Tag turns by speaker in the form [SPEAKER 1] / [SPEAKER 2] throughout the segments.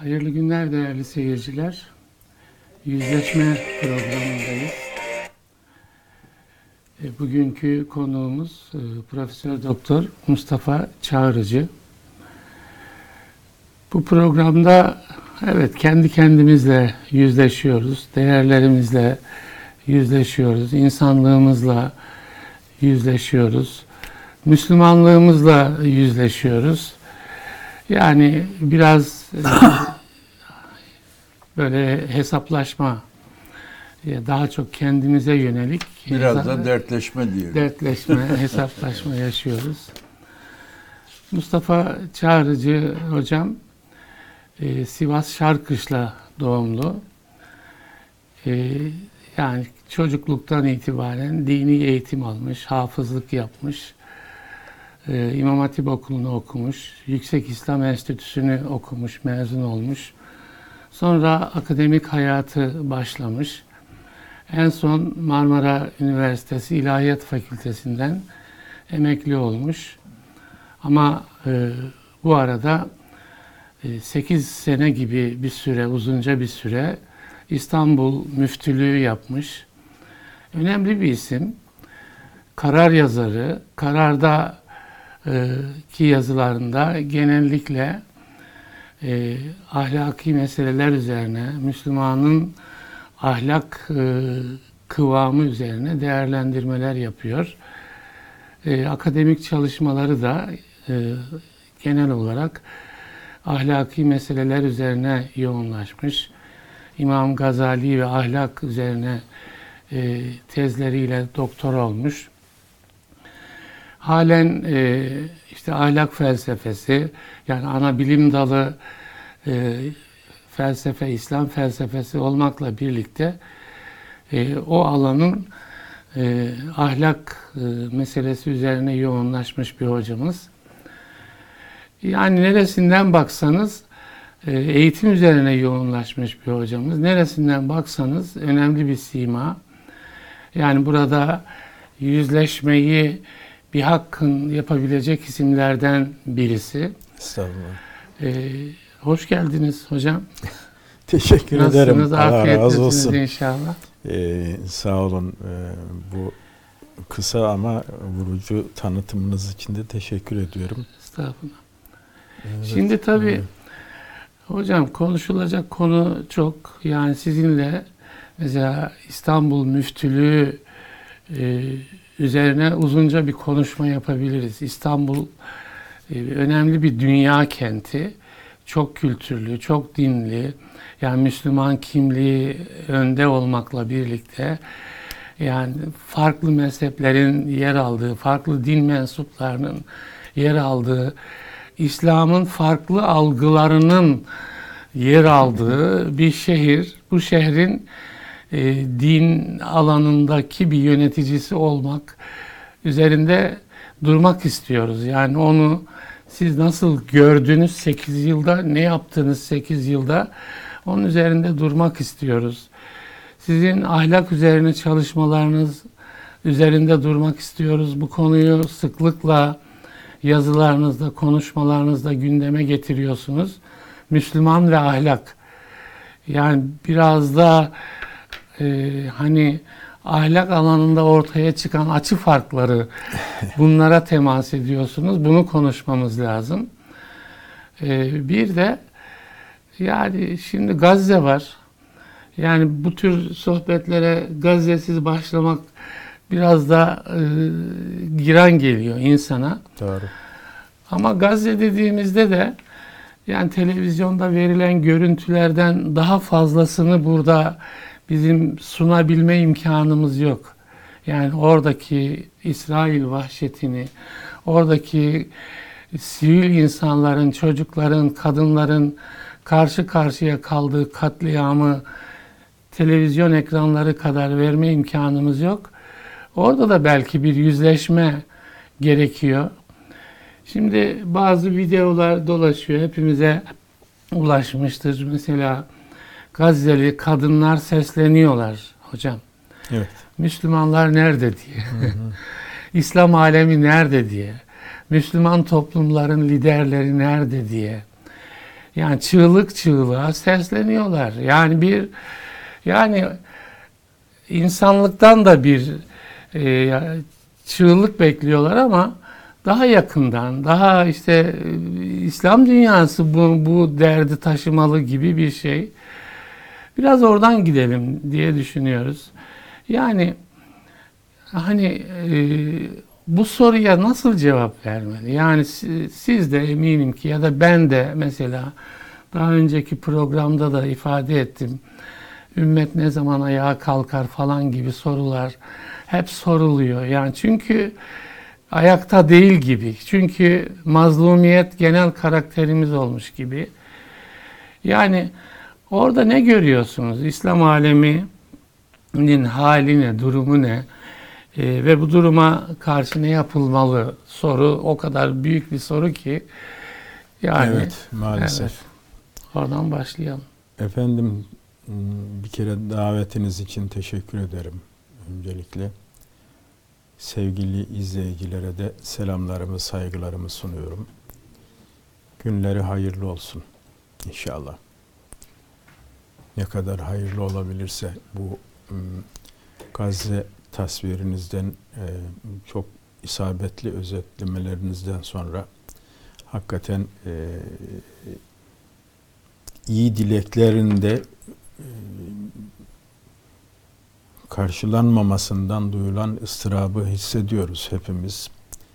[SPEAKER 1] Hayırlı günler değerli seyirciler. Yüzleşme programındayız. Bugünkü konuğumuz Profesör Doktor Mustafa Çağrıcı. Bu programda evet kendi kendimizle yüzleşiyoruz, değerlerimizle yüzleşiyoruz, insanlığımızla yüzleşiyoruz, Müslümanlığımızla yüzleşiyoruz. Yani biraz böyle hesaplaşma, daha çok kendimize yönelik.
[SPEAKER 2] Biraz da dertleşme diyelim.
[SPEAKER 1] Dertleşme, hesaplaşma yaşıyoruz. Mustafa Çağrıcı hocam Sivas Şarkışla doğumlu. Yani çocukluktan itibaren dini eğitim almış, hafızlık yapmış. İmam Hatip Okulu'nu okumuş, Yüksek İslam Enstitüsü'nü okumuş, mezun olmuş. Sonra akademik hayatı başlamış. En son Marmara Üniversitesi İlahiyat Fakültesinden emekli olmuş. Ama bu arada 8 sene gibi bir süre, uzunca bir süre İstanbul müftülüğü yapmış. Önemli bir isim. Karar yazarı. Kararda ki yazılarında genellikle ahlaki meseleler üzerine, Müslümanın ahlak kıvamı üzerine değerlendirmeler yapıyor. Akademik çalışmaları da genel olarak ahlaki meseleler üzerine yoğunlaşmış. İmam Gazali ve ahlak üzerine tezleriyle doktor olmuş. Halen işte ahlak felsefesi, yani ana bilim dalı felsefe, İslam felsefesi olmakla birlikte o alanın ahlak meselesi üzerine yoğunlaşmış bir hocamız. Yani neresinden baksanız eğitim üzerine yoğunlaşmış bir hocamız. Neresinden baksanız önemli bir sima. Yani burada yüzleşmeyi bir hakkın yapabilecek isimlerden birisi.
[SPEAKER 3] Estağfurullah.
[SPEAKER 1] Hoş geldiniz hocam.
[SPEAKER 3] Teşekkür ederim.
[SPEAKER 1] Nasılsınız?
[SPEAKER 3] Allah razı olsun.
[SPEAKER 1] İnşallah.
[SPEAKER 3] Sağ olun. Bu kısa ama vurucu tanıtımınız için de teşekkür ediyorum.
[SPEAKER 1] Estağfurullah.
[SPEAKER 3] Evet.
[SPEAKER 1] Şimdi tabii hocam konuşulacak konu çok. Yani sizinle mesela İstanbul Müftülüğü üzerine uzunca bir konuşma yapabiliriz. İstanbul önemli bir dünya kenti. Çok kültürlü, çok dinli. Yani Müslüman kimliği önde olmakla birlikte yani farklı mezheplerin yer aldığı, farklı din mensuplarının yer aldığı, İslam'ın farklı algılarının yer aldığı bir şehir. Bu şehrin din alanındaki bir yöneticisi olmak üzerinde durmak istiyoruz. Yani onu siz nasıl gördünüz 8 yılda, ne yaptınız 8 yılda, onun üzerinde durmak istiyoruz. Sizin ahlak üzerine çalışmalarınız üzerinde durmak istiyoruz. Bu konuyu sıklıkla yazılarınızda, konuşmalarınızda gündeme getiriyorsunuz. Müslüman ve ahlak. Yani biraz da hani ahlak alanında ortaya çıkan açı farkları, bunlara temas ediyorsunuz. Bunu konuşmamız lazım. Bir de yani şimdi Gazze var. Yani bu tür sohbetlere Gazze'siz başlamak biraz da giren geliyor insana.
[SPEAKER 3] Doğru.
[SPEAKER 1] Ama Gazze dediğimizde de yani televizyonda verilen görüntülerden daha fazlasını burada bizim sunabilme imkanımız yok. Yani oradaki İsrail vahşetini, oradaki sivil insanların, çocukların, kadınların karşı karşıya kaldığı katliamı televizyon ekranları kadar verme imkanımız yok. Orada da belki bir yüzleşme gerekiyor. Şimdi bazı videolar dolaşıyor, hepimize ulaşmıştır. Mesela Gazze'li kadınlar sesleniyorlar hocam.
[SPEAKER 3] Evet.
[SPEAKER 1] Müslümanlar nerede diye. İslam alemi nerede diye. Müslüman toplumların liderleri nerede diye. Yani çığlık çığlığa sesleniyorlar. Yani insanlıktan da bir çığlık bekliyorlar ama daha yakından, daha işte İslam dünyası bu derdi taşımalı gibi bir şey. Biraz oradan gidelim diye düşünüyoruz. Yani hani bu soruya nasıl cevap vermeli? Yani siz de eminim ki ya da ben de mesela daha önceki programda da ifade ettim. Ümmet ne zaman ayağa kalkar falan gibi sorular hep soruluyor. Yani çünkü ayakta değil gibi. Çünkü mazlumiyet genel karakterimiz olmuş gibi. Yani orada ne görüyorsunuz? İslam aleminin hali ne, durumu ne? Ve bu duruma karşı ne yapılmalı soru o kadar büyük bir soru ki. Yani,
[SPEAKER 3] evet, maalesef.
[SPEAKER 1] Evet, oradan başlayalım.
[SPEAKER 3] Efendim, bir kere davetiniz için teşekkür ederim öncelikle. Sevgili izleyicilere de selamlarımı, saygılarımı sunuyorum. Günleri hayırlı olsun inşallah. Ne kadar hayırlı olabilirse bu Gazze tasvirinizden çok isabetli özetlemelerinizden sonra hakikaten iyi dileklerinde karşılanmamasından duyulan ıstırabı hissediyoruz hepimiz.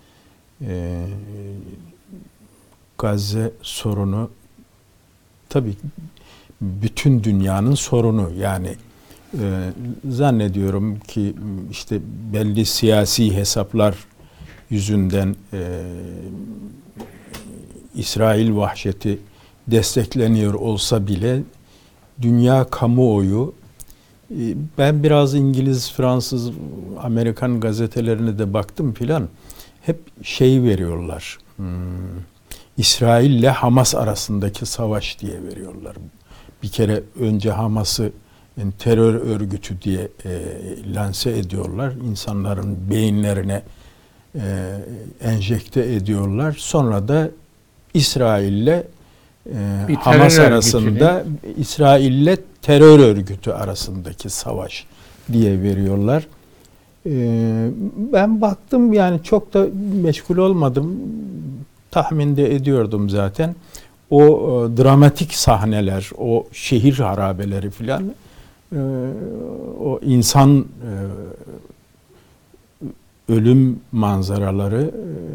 [SPEAKER 3] Gazze sorunu tabii bütün dünyanın sorunu. Yani zannediyorum ki işte belli siyasi hesaplar yüzünden İsrail vahşeti destekleniyor olsa bile dünya kamuoyu, ben biraz İngiliz, Fransız, Amerikan gazetelerine de baktım filan, hep şey veriyorlar. İsrail ile Hamas arasındaki savaş diye veriyorlar. Bir kere önce Hamas'ı terör örgütü diye lanse ediyorlar. İnsanların beyinlerine enjekte ediyorlar. Sonra da İsrail ile Hamas arasında, İsrail ile terör örgütü arasındaki savaş diye veriyorlar. Ben baktım, yani çok da meşgul olmadım. Tahmin de ediyordum zaten. O dramatik sahneler, o şehir harabeleri filan, o insan ölüm manzaraları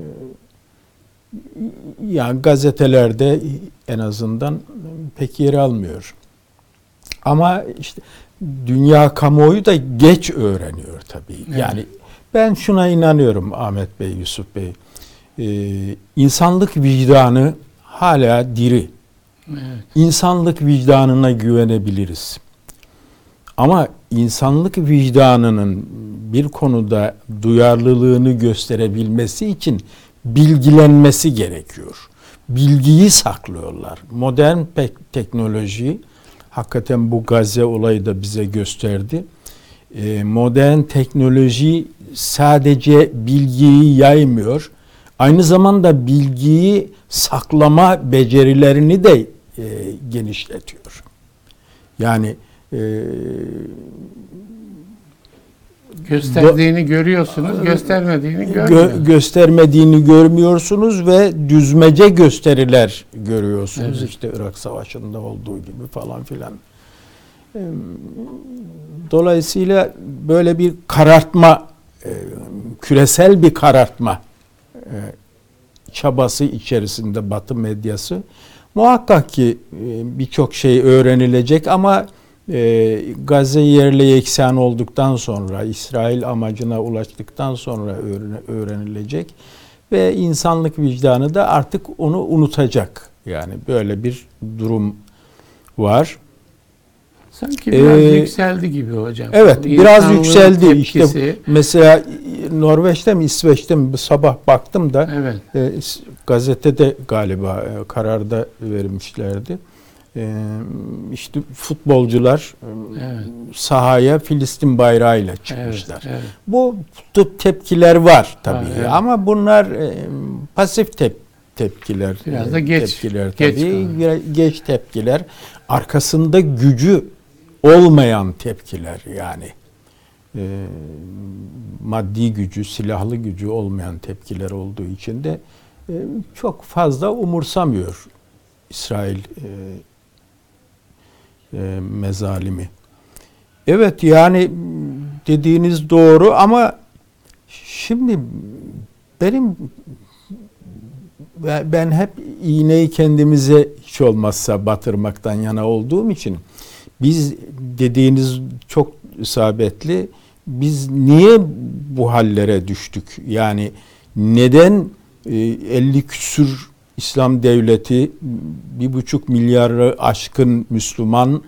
[SPEAKER 3] yani gazetelerde en azından pek yer almıyor. Ama işte dünya kamuoyu da geç öğreniyor tabii. Evet. Yani ben şuna inanıyorum Ahmet Bey, Yusuf Bey. İnsanlık vicdanı hala diri. Evet. İnsanlık vicdanına güvenebiliriz. Ama insanlık vicdanının bir konuda duyarlılığını gösterebilmesi için bilgilenmesi gerekiyor. Bilgiyi saklıyorlar. Modern teknoloji, hakikaten bu Gazze olayı da bize gösterdi. Modern teknoloji sadece bilgiyi yaymıyor, aynı zamanda bilgiyi saklama becerilerini de genişletiyor. Yani
[SPEAKER 1] gösterdiğini görüyorsunuz, göstermediğini
[SPEAKER 3] göstermediğini görmüyorsunuz ve düzmece gösteriler görüyorsunuz. Evet. İşte Irak Savaşı'nda olduğu gibi falan filan. Dolayısıyla böyle bir karartma, küresel bir karartma çabası içerisinde Batı medyası. Muhakkak ki birçok şey öğrenilecek ama Gazze yerle yeksan olduktan sonra, İsrail amacına ulaştıktan sonra öğrenilecek ve insanlık vicdanı da artık onu unutacak. Yani böyle bir durum var.
[SPEAKER 1] Sanki biraz yükseldi gibi hocam.
[SPEAKER 3] Evet, biraz yükseldi. Tepkisi. İşte mesela Norveç'te mi, İsveç'te mi, sabah baktım da evet. Gazetede galiba kararda vermişlerdi. İşte futbolcular evet. sahaya Filistin bayrağıyla çıkmışlar. Evet, evet. Bu tepkiler var tabii. Evet. Ama bunlar pasif tepkiler.
[SPEAKER 1] Biraz da geç.
[SPEAKER 3] Tepkiler
[SPEAKER 1] Geç
[SPEAKER 3] tabii. Geç tepkiler. Arkasında gücü olmayan tepkiler yani. Maddi gücü, silahlı gücü olmayan tepkiler olduğu için de çok fazla umursamıyor İsrail mezalimi. Evet, yani dediğiniz doğru ama şimdi ben hep iğneyi kendimize hiç olmazsa batırmaktan yana olduğum için biz, dediğiniz çok isabetli, biz niye bu hallere düştük? Yani neden 50 küsür İslam devleti, 1,5 milyarı aşkın Müslüman,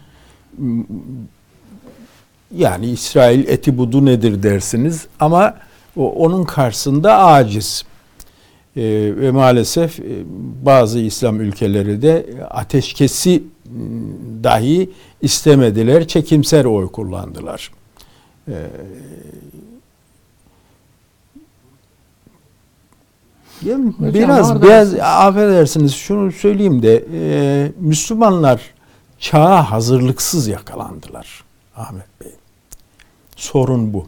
[SPEAKER 3] yani İsrail eti budu nedir dersiniz ama onun karşısında aciz. Ve maalesef bazı İslam ülkeleri de ateşkesi dahi istemediler, çekimser oy kullandılar. Biraz affedersiniz şunu söyleyeyim de Müslümanlar çağa hazırlıksız yakalandılar Ahmet Bey. Sorun bu.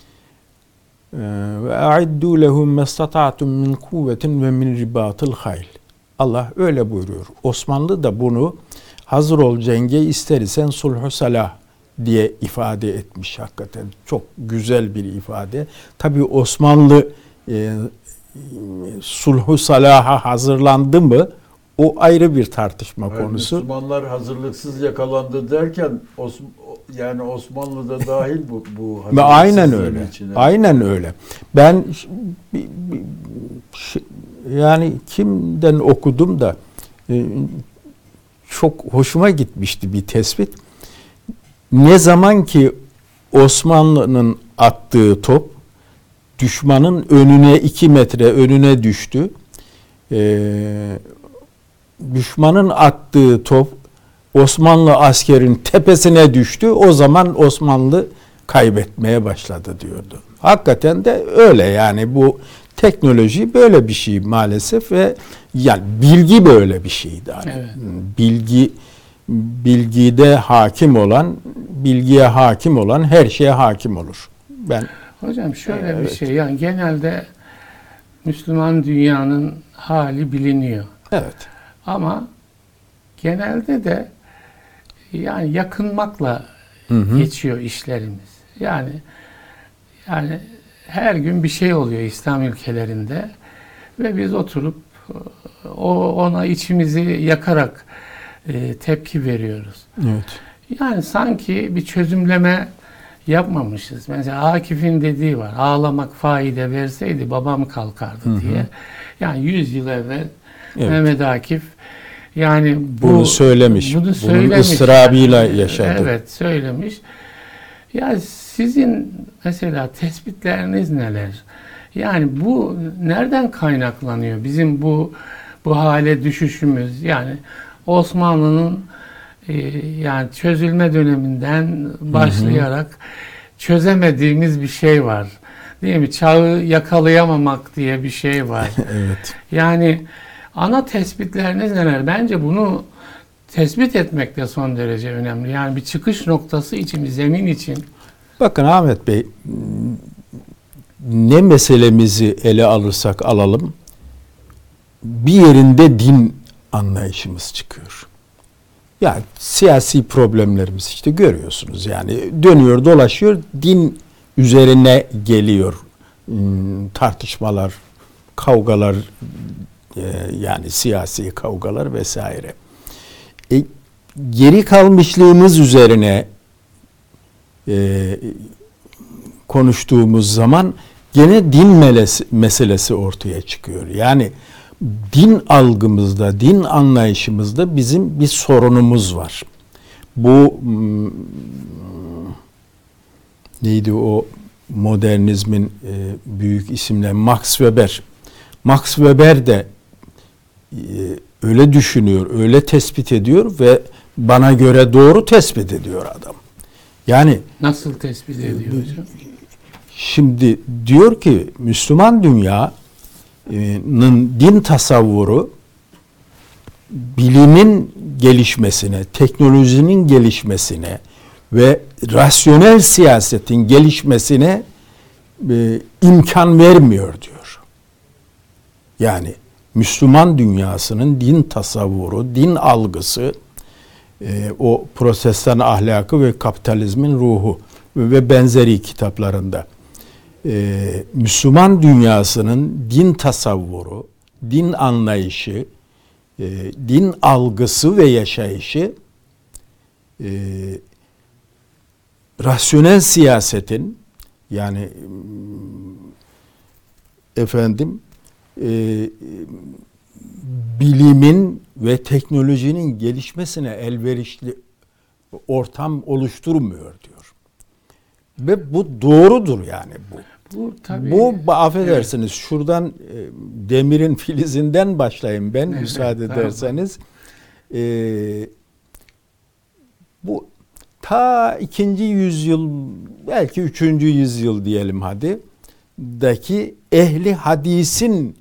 [SPEAKER 3] Ve a'iddu lehum mastata'tum min kuvvetin ve min ribatil hayl. Allah öyle buyuruyor. Osmanlı da bunu hazır ol cenge, ister isen sulhu salah diye ifade etmiş hakikaten. Çok güzel bir ifade. Tabii Osmanlı sulhu salaha hazırlandı mı? O ayrı bir tartışma konusu.
[SPEAKER 2] Müslümanlar hazırlıksız yakalandı derken yani Osmanlı'da dahil bu
[SPEAKER 3] aynen öyle.
[SPEAKER 2] içine.
[SPEAKER 3] Aynen öyle. Ben yani kimden okudum da çok hoşuma gitmişti bir tespit. Ne zaman ki Osmanlı'nın attığı top düşmanın önüne 2 metre önüne düştü. Düşmanın attığı top Osmanlı askerin tepesine düştü. O zaman Osmanlı kaybetmeye başladı diyordu. Hakikaten de öyle, yani bu teknoloji böyle bir şey maalesef ve yani bilgi böyle bir şeydi. Yani evet. Bilgide hakim olan, bilgiye hakim olan her şeye hakim olur.
[SPEAKER 1] Hocam şöyle bir şey, yani genelde Müslüman dünyanın hali biliniyor.
[SPEAKER 3] Evet.
[SPEAKER 1] Ama genelde de yani yakınmakla geçiyor işlerimiz. Yani her gün bir şey oluyor İslam ülkelerinde ve biz oturup ona içimizi yakarak tepki veriyoruz.
[SPEAKER 3] Evet.
[SPEAKER 1] Yani sanki bir çözümleme yapmamışız. Mesela Akif'in dediği var. Ağlamak faide verseydi babam kalkardı diye. Yani 100 yıl evvel Mehmet Akif yani
[SPEAKER 3] bunu söylemiş. Bunun ıstırabıyla yaşadı.
[SPEAKER 1] Evet, söylemiş. Ya sizin mesela tespitleriniz neler? Yani bu nereden kaynaklanıyor? Bizim bu hale düşüşümüz, yani Osmanlı'nın yani çözülme döneminden başlayarak çözemediğimiz bir şey var. Değil mi? Çağı yakalayamamak diye bir şey var.
[SPEAKER 3] Evet.
[SPEAKER 1] Yani ana tespitleriniz neler? Bence bunu tespit etmek de son derece önemli. Yani bir çıkış noktası için, bir zemin için.
[SPEAKER 3] Bakın Ahmet Bey, ne meselemizi ele alırsak alalım, bir yerinde din anlayışımız çıkıyor. Yani siyasi problemlerimiz işte görüyorsunuz, yani dönüyor dolaşıyor din üzerine geliyor. Tartışmalar, kavgalar, yani siyasi kavgalar vesaire. Geri kalmışlığımız üzerine konuştuğumuz zaman gene din meselesi ortaya çıkıyor. Yani din algımızda, din anlayışımızda bizim bir sorunumuz var. Bu neydi o modernizmin büyük isimleri? Max Weber. Max Weber de öyle düşünüyor, öyle tespit ediyor ve bana göre doğru tespit ediyor adam. Yani
[SPEAKER 1] nasıl tespit ediyor hocam?
[SPEAKER 3] Şimdi diyor ki Müslüman dünya din tasavvuru bilimin gelişmesine, teknolojinin gelişmesine ve rasyonel siyasetin gelişmesine imkan vermiyor diyor. Yani Müslüman dünyasının din tasavvuru, din algısı, o protestan ahlakı ve kapitalizmin ruhu ve benzeri kitaplarında Müslüman dünyasının din tasavvuru, din anlayışı, din algısı ve yaşayışı rasyonel siyasetin, yani bilimin ve teknolojinin gelişmesine elverişli ortam oluşturmuyor diyor. Ve bu doğrudur yani bu.
[SPEAKER 1] Tabii,
[SPEAKER 3] Bu affedersiniz, şuradan demirin filizinden başlayayım ben,
[SPEAKER 1] evet,
[SPEAKER 3] müsaade
[SPEAKER 1] tamam.
[SPEAKER 3] ederseniz. Bu ta 2. yüzyıl, belki 3. yüzyıl diyelim hadi, daki ehli hadisin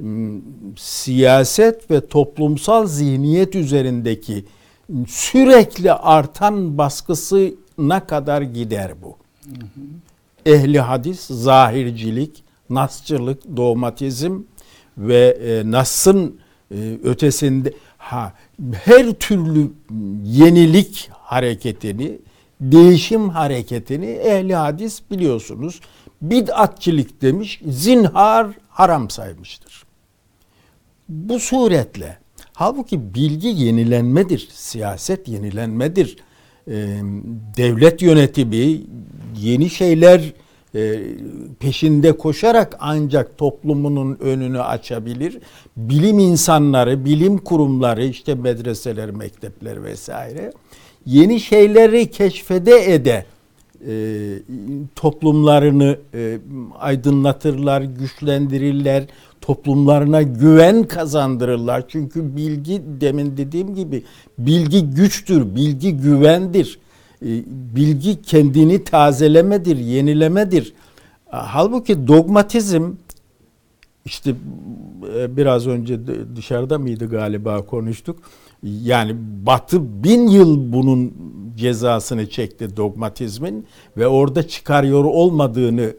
[SPEAKER 3] siyaset ve toplumsal zihniyet üzerindeki sürekli artan baskısına kadar gider bu. Ehli hadis, zahircilik, nasçılık, dogmatizm ve Nas'ın ötesinde her türlü yenilik hareketini, değişim hareketini ehli hadis biliyorsunuz bid'atçilik demiş, zinhar haram saymıştır. Bu suretle halbuki bilgi yenilenmedir, siyaset yenilenmedir. Devlet yönetimi yeni şeyler peşinde koşarak ancak toplumunun önünü açabilir. Bilim insanları, bilim kurumları, işte medreseler, mektepler vesaire yeni şeyleri keşfede ede toplumlarını aydınlatırlar, güçlendirirler, toplumlarına güven kazandırırlar. Çünkü bilgi, demin dediğim gibi, bilgi güçtür, bilgi güvendir. Bilgi kendini tazelemedir, yenilemedir. Halbuki dogmatizm, işte biraz önce dışarıda mıydı galiba konuştuk. Yani Batı 1000 yıl bunun cezasını çekti, dogmatizmin, ve orada çıkarıyor olmadığını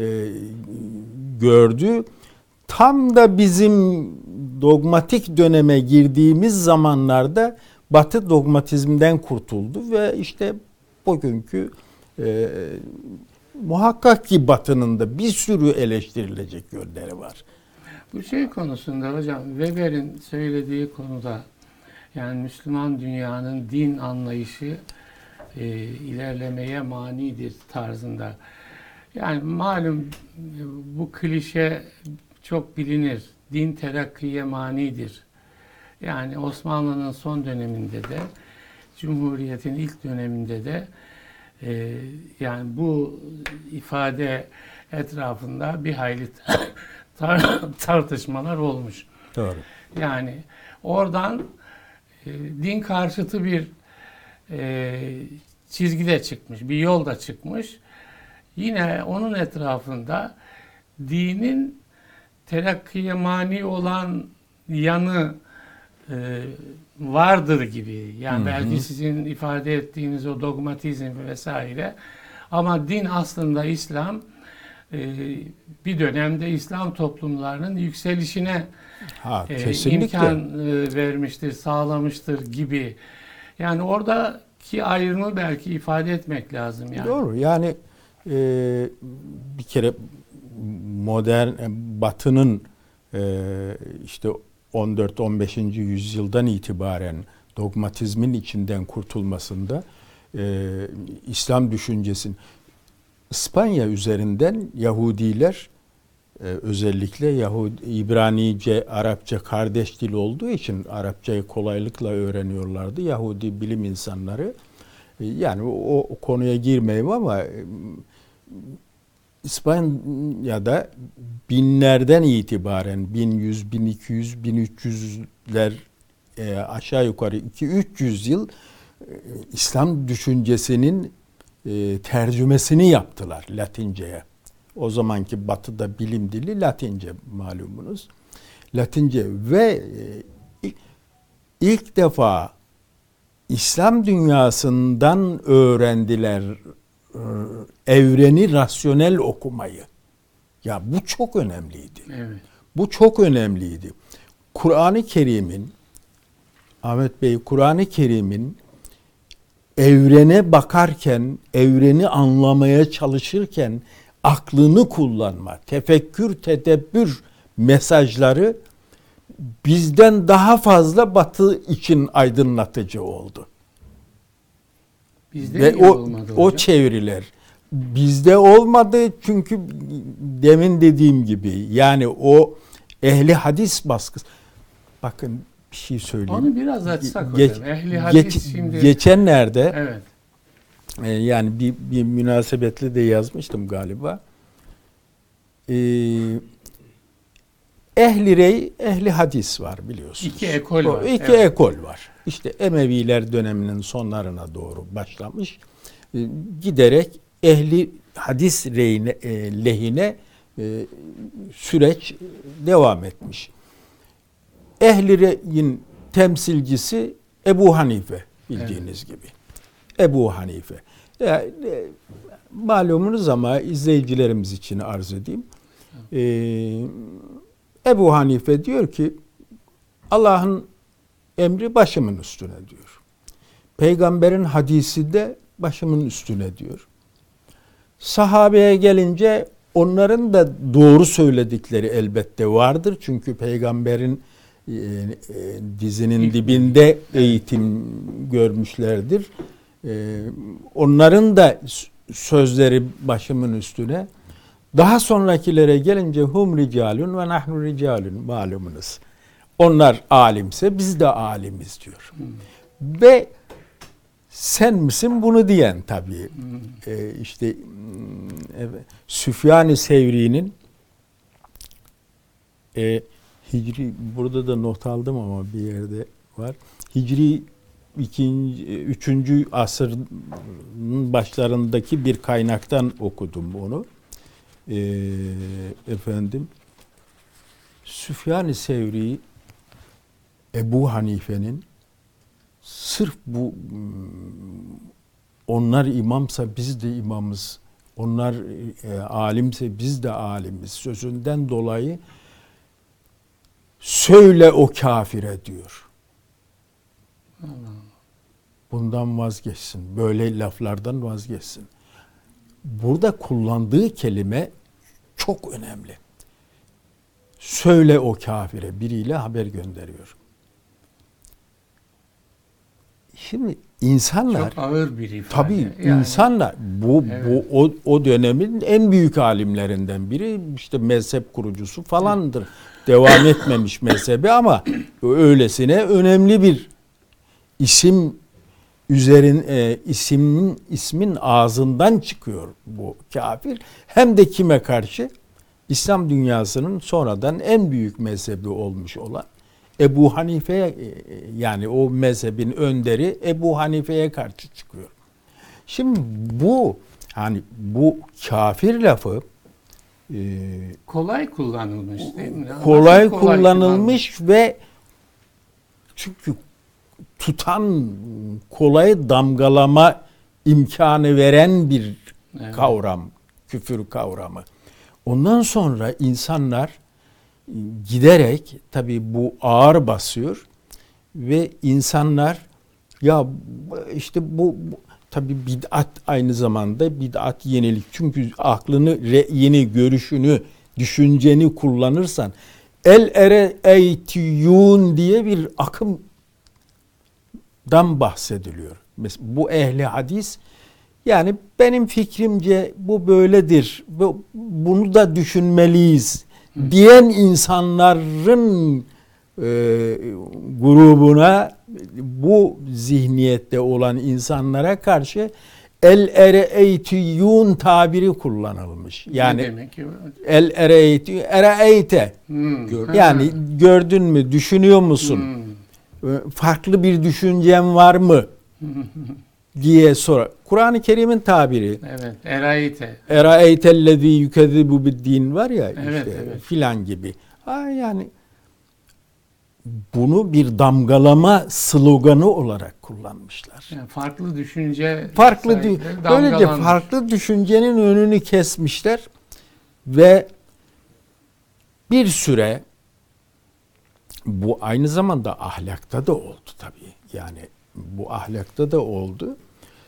[SPEAKER 3] gördü. Tam da bizim dogmatik döneme girdiğimiz zamanlarda Batı dogmatizmden kurtuldu ve işte bugünkü muhakkak ki Batı'nın da bir sürü eleştirilecek yönleri var.
[SPEAKER 1] Bu şey konusunda hocam, Weber'in söylediği konuda, yani Müslüman dünyanın din anlayışı ilerlemeye manidir tarzında. Yani malum bu klişe çok bilinir. Din terakkiye manidir. Yani Osmanlı'nın son döneminde de, Cumhuriyet'in ilk döneminde de yani bu ifade etrafında bir hayli tartışmalar olmuş.
[SPEAKER 3] Doğru.
[SPEAKER 1] Yani oradan din karşıtı bir çizgide çıkmış, bir yolda çıkmış. Yine onun etrafında dinin terakkiye mani olan yanı vardır gibi. Yani belki sizin ifade ettiğiniz o dogmatizm vesaire. Ama din aslında İslam bir dönemde İslam toplumlarının yükselişine imkan vermiştir, sağlamıştır gibi. Yani oradaki ayrımı belki ifade etmek lazım. Yani.
[SPEAKER 3] Doğru. Yani bir kere modern Batı'nın işte 14-15. yüzyıldan itibaren dogmatizmin içinden kurtulmasında İslam düşüncesinin İspanya üzerinden Yahudiler, özellikle İbranice, Arapça kardeş dil olduğu için Arapçayı kolaylıkla öğreniyorlardı. Yahudi bilim insanları, yani o konuya girmeyeyim ama İspanya'da binlerden itibaren 1100, 1200, 1300'ler aşağı yukarı 200-300 yıl İslam düşüncesinin tercümesini yaptılar Latince'ye. O zamanki Batı'da bilim dili Latince malumunuz. Latince ve ilk defa İslam dünyasından öğrendiler evreni rasyonel okumayı. Ya bu çok önemliydi.
[SPEAKER 1] Evet.
[SPEAKER 3] Bu çok önemliydi. Kur'an-ı Kerim'in, Ahmet Bey, Kur'an-ı Kerim'in evrene bakarken, evreni anlamaya çalışırken aklını kullanma, tefekkür, tedebbür mesajları bizden daha fazla Batı için aydınlatıcı oldu.
[SPEAKER 1] Bizde
[SPEAKER 3] Ve
[SPEAKER 1] niye olmadı
[SPEAKER 3] o
[SPEAKER 1] hocam?
[SPEAKER 3] çeviriler bizde olmadı çünkü demin dediğim gibi yani o ehli hadis baskısı. Bakın bir şey söyleyeyim.
[SPEAKER 1] Onu biraz açsak
[SPEAKER 3] Geç-
[SPEAKER 1] hocam. Ehli hadis şimdi.
[SPEAKER 3] Geçenlerde
[SPEAKER 1] Evet.
[SPEAKER 3] yani bir münasebetle de yazmıştım galiba. Ehli rey, ehli hadis var biliyorsunuz.
[SPEAKER 1] İki ekol var.
[SPEAKER 3] İki
[SPEAKER 1] Evet.
[SPEAKER 3] ekol var. İşte Emeviler döneminin sonlarına doğru başlamış. Giderek ehli hadis lehine süreç devam etmiş. Ehli reyin temsilcisi Ebu Hanife bildiğiniz gibi. Ebu Hanife. Yani, malumunuz ama izleyicilerimiz için arz edeyim. Ebu Hanife diyor ki Allah'ın emri başımın üstüne diyor. Peygamberin hadisi de başımın üstüne diyor. Sahabeye gelince onların da doğru söyledikleri elbette vardır. Çünkü peygamberin dizinin dibinde eğitim görmüşlerdir. Onların da sözleri başımın üstüne. Daha sonrakilere gelince hum ricalun ve nahnu ricalun malumunuz. Onlar alimse biz de alimiz diyor. Ve sen misin bunu diyen tabii. İşte Süfyan-ı Sevri'nin Hicri, burada da not aldım ama bir yerde var. Hicri 3. asırın başlarındaki bir kaynaktan okudum onu. Süfyan-ı Sevri Ebu Hanife'nin sırf bu onlar imamsa biz de imamız, onlar alimse biz de alimiz sözünden dolayı söyle o kafire diyor. Bundan vazgeçsin. Böyle laflardan vazgeçsin. Burada kullandığı kelime çok önemli. Söyle o kafire, biriyle haber gönderiyor. Şimdi insanlar
[SPEAKER 1] Çok ağır bir ifade.
[SPEAKER 3] tabii
[SPEAKER 1] Yani,
[SPEAKER 3] insanlar
[SPEAKER 1] evet.
[SPEAKER 3] o dönemin en büyük alimlerinden biri, işte mezhep kurucusu falandır. Devam etmemiş mezhebi ama öylesine önemli bir isim ismin ağzından çıkıyor bu kafir. Hem de kime karşı? İslam dünyasının sonradan en büyük mezhebi olmuş olan Ebu Hanife, yani o mezhebin önderi Ebu Hanife'ye karşı çıkıyor. Şimdi bu kafir lafı
[SPEAKER 1] kolay kullanılmış değil mi?
[SPEAKER 3] kolay
[SPEAKER 1] Nasıl
[SPEAKER 3] kullanılmış ve çünkü tutan, kolay damgalama imkanı veren bir kavram, küfür kavramı. Ondan sonra insanlar giderek tabii bu ağır basıyor ve insanlar ya işte bu tabii bid'at, aynı zamanda bid'at yenilik. Çünkü aklını, yeni görüşünü, düşünceni kullanırsan el-ere'eytiyun diye bir akımdan bahsediliyor. Mesela bu ehli hadis, yani benim fikrimce bu böyledir, bunu da düşünmeliyiz diyen insanların grubuna, bu zihniyette olan insanlara karşı el-ere'eytiyun tabiri kullanılmış. Yani
[SPEAKER 1] ne demek ki?
[SPEAKER 3] el-ere'eyte yani gördün mü, düşünüyor musun? Farklı bir düşüncen var mı? diye sorar. Kur'an-ı Kerim'in tabiri.
[SPEAKER 1] Evet, eraite.
[SPEAKER 3] Eraeytellezî yükezzibu bid-din var ya,
[SPEAKER 1] Evet,
[SPEAKER 3] işte
[SPEAKER 1] evet.
[SPEAKER 3] filan gibi. Yani bunu bir damgalama sloganı olarak kullanmışlar.
[SPEAKER 1] Yani farklı düşünce
[SPEAKER 3] Böylece
[SPEAKER 1] damgalanmış.
[SPEAKER 3] farklı düşüncenin önünü kesmişler ve bir süre bu aynı zamanda ahlakta da oldu tabii. Yani bu ahlakta da oldu.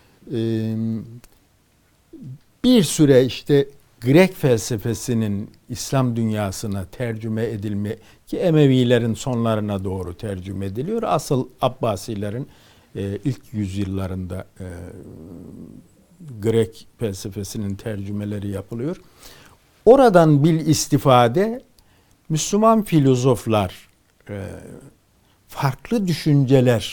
[SPEAKER 3] Bir süre işte Grek felsefesinin İslam dünyasına tercüme edilme ki Emevilerin sonlarına doğru tercüme ediliyor. Asıl Abbasilerin ilk yüzyıllarında Grek felsefesinin tercümeleri yapılıyor. Oradan bil istifade Müslüman filozoflar farklı düşüncelere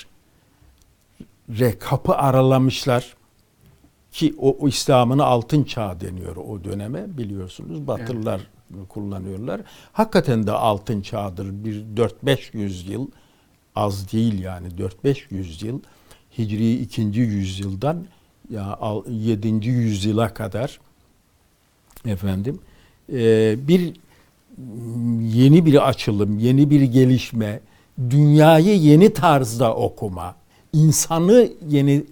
[SPEAKER 3] kapı aralamışlar ki o İslam'ın altın çağı deniyor o döneme, biliyorsunuz. Batılılar kullanıyorlar. Hakikaten de altın çağdır. Bir 4-500 yıl, az değil yani, 4-500 yıl Hicri 2. yüzyıldan ya 7. yüzyıla kadar bir yeni bir açılım, yeni bir gelişme, dünyayı yeni tarzda okuma, insanı yeni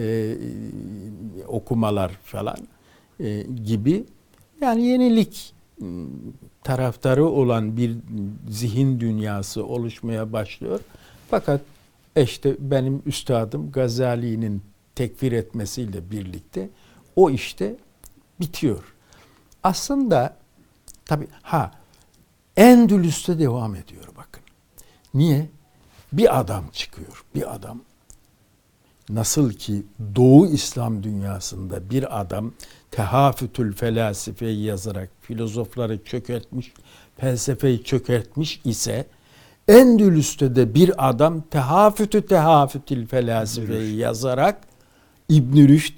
[SPEAKER 3] okumalar falan gibi, yani yenilik taraftarı olan bir zihin dünyası oluşmaya başlıyor. Fakat işte benim üstadım Gazali'nin tekfir etmesiyle birlikte o işte bitiyor. Aslında tabii Endülüs'te devam ediyor bakın. Niye? Bir adam çıkıyor. Bir adam. Nasıl ki Doğu İslam dünyasında bir adam Tehafütül Felasife'yi yazarak filozofları çökertmiş, felsefeyi çökertmiş ise Endülüs'te de bir adam Tehafütül Felasife'yi yazarak İbn Rüşd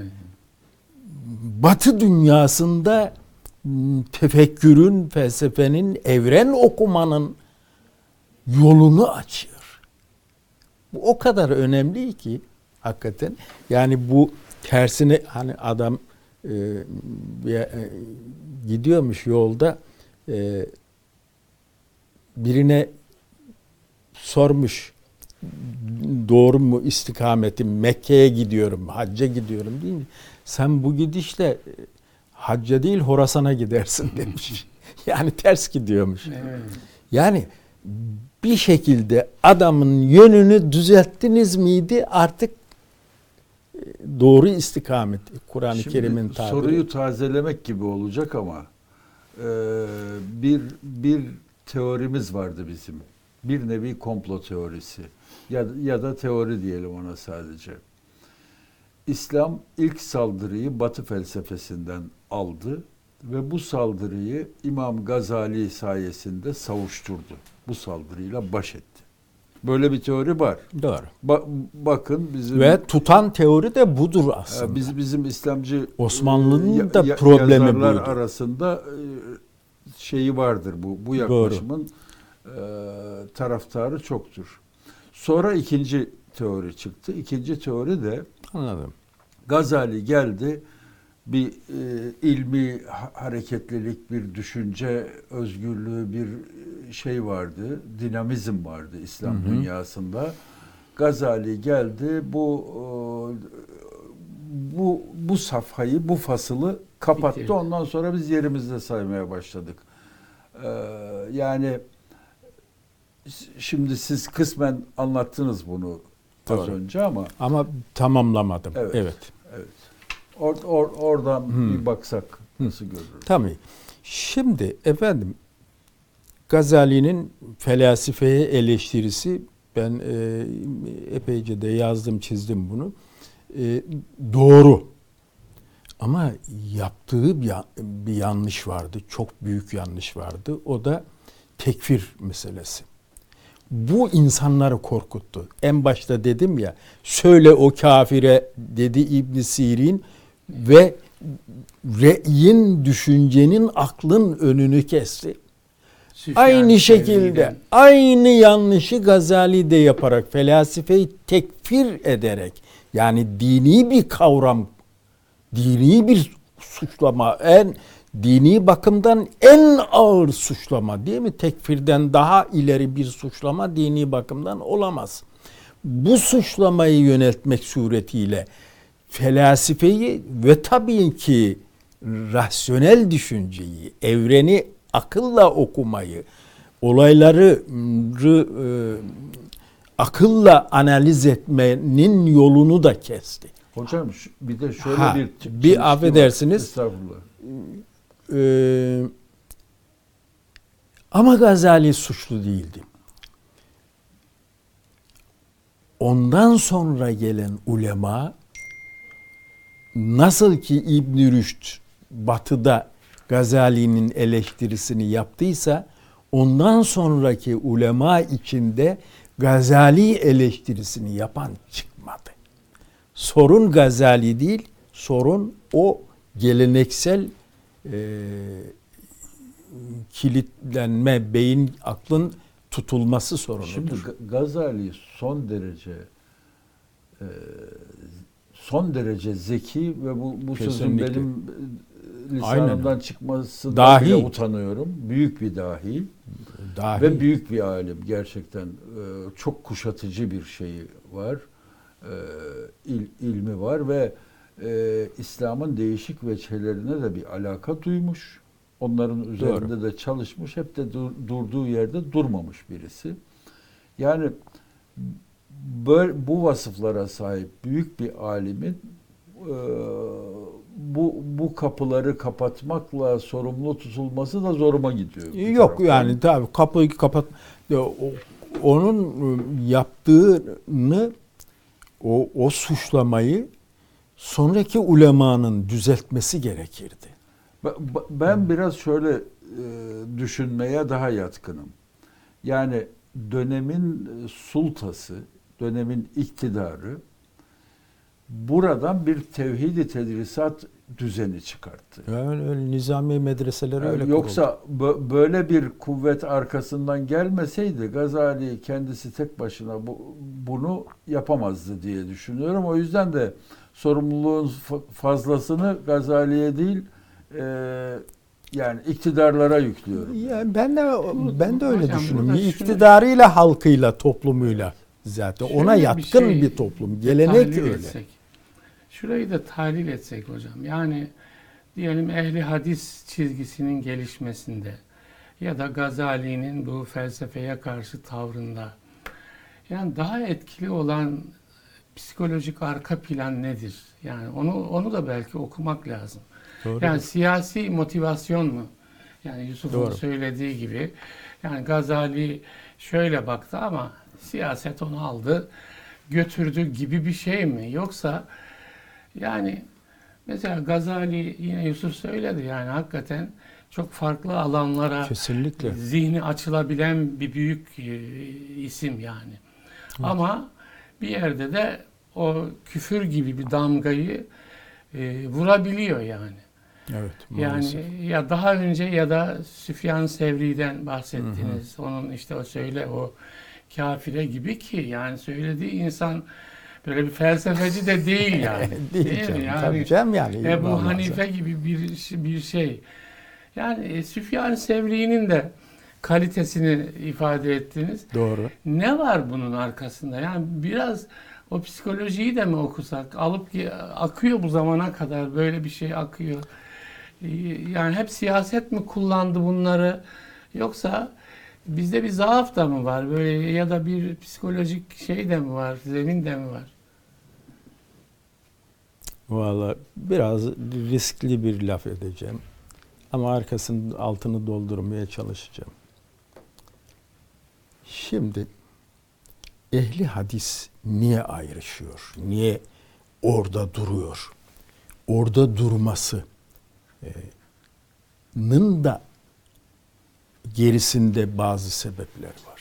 [SPEAKER 3] Batı dünyasında tefekkürün, felsefenin, evren okumanın yolunu açıyor. Bu o kadar önemli ki hakikaten. Yani bu tersine hani adam gidiyormuş yolda, birine sormuş, doğru mu istikametim, Mekke'ye gidiyorum, hacca gidiyorum deyince, sen bu gidişle hacca değil Horasan'a gidersin demiş. Yani ters gidiyormuş.
[SPEAKER 1] Evet.
[SPEAKER 3] Yani bir şekilde adamın yönünü düzelttiniz miydi artık doğru istikamet. Kur'an-ı Kerim'in tabiri.
[SPEAKER 2] Soruyu tazelemek gibi olacak ama bir teorimiz vardı bizim. Bir nevi komplo teorisi. Ya da teori diyelim ona sadece. İslam ilk saldırıyı Batı felsefesinden aldı ve bu saldırıyı İmam Gazali sayesinde savuşturdu. Bu saldırıyla baş etti. Böyle bir teori var.
[SPEAKER 3] Doğru.
[SPEAKER 2] Bakın bizim
[SPEAKER 3] ve tutan teori de budur aslında.
[SPEAKER 2] Bizim İslamcı
[SPEAKER 3] Osmanlı'nın da problemi
[SPEAKER 2] yazarlar
[SPEAKER 3] buydu.
[SPEAKER 2] arasında şeyi vardır bu yaklaşımın taraftarı çoktur. Sonra ikinci teori çıktı. İkinci teori de
[SPEAKER 3] Anladım.
[SPEAKER 2] Gazali geldi, bir ilmi hareketlilik, bir düşünce özgürlüğü, bir şey vardı, dinamizm vardı İslam dünyasında. Gazali geldi, bu safhayı, bu fasılı kapattı.
[SPEAKER 1] Bitirdi.
[SPEAKER 2] Ondan sonra biz yerimizde saymaya başladık. Yani şimdi siz kısmen anlattınız bunu az
[SPEAKER 3] Doğru.
[SPEAKER 2] önce
[SPEAKER 3] Ama tamamlamadım. Evet.
[SPEAKER 2] Oradan bir baksak nasıl görürüz?
[SPEAKER 3] Tabii. Şimdi efendim Gazali'nin felsefeye eleştirisi, ben epeyce de yazdım, çizdim bunu. Doğru. Ama yaptığı bir yanlış vardı. Çok büyük yanlış vardı. O da tekfir meselesi. Bu insanları korkuttu. En başta dedim ya, söyle o kafire dedi İbn Sirin ve re'yin, düşüncenin, aklın önünü kesti. Aynı şekilde aynı yanlışı Gazali de yaparak, felsefeyi tekfir ederek, yani dini bir kavram, dini bir suçlama, dini bakımdan en ağır suçlama, değil mi? Tekfirden daha ileri bir suçlama dini bakımdan olamaz. Bu suçlamayı yöneltmek suretiyle felsefeyi ve tabii ki rasyonel düşünceyi, evreni akılla okumayı, olayları akılla analiz etmenin yolunu da kesti.
[SPEAKER 2] Hocam bir de şöyle
[SPEAKER 3] bir affedersiniz.
[SPEAKER 2] Estağfurullah.
[SPEAKER 3] Ama Gazali suçlu değildi. Ondan sonra gelen ulema, nasıl ki İbn Rüşd Batı'da Gazali'nin eleştirisini yaptıysa, ondan sonraki ulema içinde Gazali eleştirisini yapan çıkmadı. Sorun Gazali değil, sorun o geleneksel kilitlenme, beyin, aklın tutulması sorunudur.
[SPEAKER 2] Şimdi Gazali son derece zeki ve bu sözün
[SPEAKER 3] Kesinlikle.
[SPEAKER 2] benim lisanımdan
[SPEAKER 3] Aynen.
[SPEAKER 2] çıkmasından
[SPEAKER 3] Dahi.
[SPEAKER 2] bile utanıyorum. Büyük bir dahi. Ve büyük bir alim gerçekten. Çok kuşatıcı bir şeyi var. İlmi var ve İslam'ın değişik veçhelerine de bir alaka duymuş. Onların üzerinde de çalışmış. Hep de durduğu yerde durmamış birisi. Yani bu vasıflara sahip büyük bir alimin bu kapıları kapatmakla sorumlu tutulması da zoruma gidiyor.
[SPEAKER 3] Yok yani tabii kapıyı kapat. Onun yaptığını, o suçlamayı sonraki ulemanın düzeltmesi gerekirdi.
[SPEAKER 2] Ben biraz şöyle düşünmeye daha yatkınım. Yani dönemin sultası, dönemin iktidarı buradan bir tevhid-i tedrisat düzeni çıkarttı.
[SPEAKER 3] Yani öyle nizami medreseleri öyle kuruldu.
[SPEAKER 2] Yoksa böyle bir kuvvet arkasından gelmeseydi Gazali kendisi tek başına bunu yapamazdı diye düşünüyorum. O yüzden de sorumluluğun fazlasını Gazali'ye değil yani iktidarlara yüklüyorum.
[SPEAKER 3] Ya ben de öyle
[SPEAKER 1] Hocam,
[SPEAKER 3] düşünüyorum.
[SPEAKER 1] burada
[SPEAKER 3] İktidarıyla, halkıyla, toplumuyla zaten ona
[SPEAKER 1] şöyle
[SPEAKER 3] yatkın bir toplum. Gelenek
[SPEAKER 1] tahlil
[SPEAKER 3] öyle.
[SPEAKER 1] etsek, şurayı da tahlil etsek hocam. Yani diyelim ehli hadis çizgisinin gelişmesinde ya da Gazali'nin bu felsefeye karşı tavrında yani daha etkili olan psikolojik arka plan nedir? Yani onu da belki okumak lazım.
[SPEAKER 3] Doğru.
[SPEAKER 1] Yani siyasi motivasyon mu? Yani Yusuf'un
[SPEAKER 3] Doğru.
[SPEAKER 1] söylediği gibi. Yani Gazali şöyle baktı ama siyaset onu aldı, götürdü gibi bir şey mi? Yoksa yani mesela Gazali yine Yusuf söyledi yani hakikaten çok farklı alanlara
[SPEAKER 3] Kesinlikle.
[SPEAKER 1] zihni açılabilen bir büyük isim yani. Ama bir yerde de o küfür gibi bir damgayı vurabiliyor yani.
[SPEAKER 3] Evet. Maalesef.
[SPEAKER 1] Yani ya daha önce ya da Süfyan Sevri'den bahsettiniz. Onun işte o kafire gibi ki yani söylediği insan böyle bir felsefeci de değil yani.
[SPEAKER 3] Değil canım,
[SPEAKER 1] mi? Yani
[SPEAKER 3] tabii canım yani.
[SPEAKER 1] Ebu
[SPEAKER 3] Vallahi
[SPEAKER 1] Hanife gibi bir şey. Yani Süfyan Sevri'nin de kalitesini ifade ettiniz.
[SPEAKER 3] Doğru.
[SPEAKER 1] Ne var bunun arkasında? Yani biraz o psikolojiyi de mi okusak? Akıyor bu zamana kadar böyle bir şey akıyor. Yani hep siyaset mi kullandı bunları? Yoksa bizde bir zaaf da mı var? Böyle ya da bir psikolojik şey de mi var? Zemin de mi var?
[SPEAKER 3] Vallahi biraz riskli bir laf edeceğim. Ama arkasının altını doldurmaya çalışacağım. Şimdi ehli hadis niye ayrışıyor? Niye orada duruyor? Orada durmasının da gerisinde bazı sebepler var.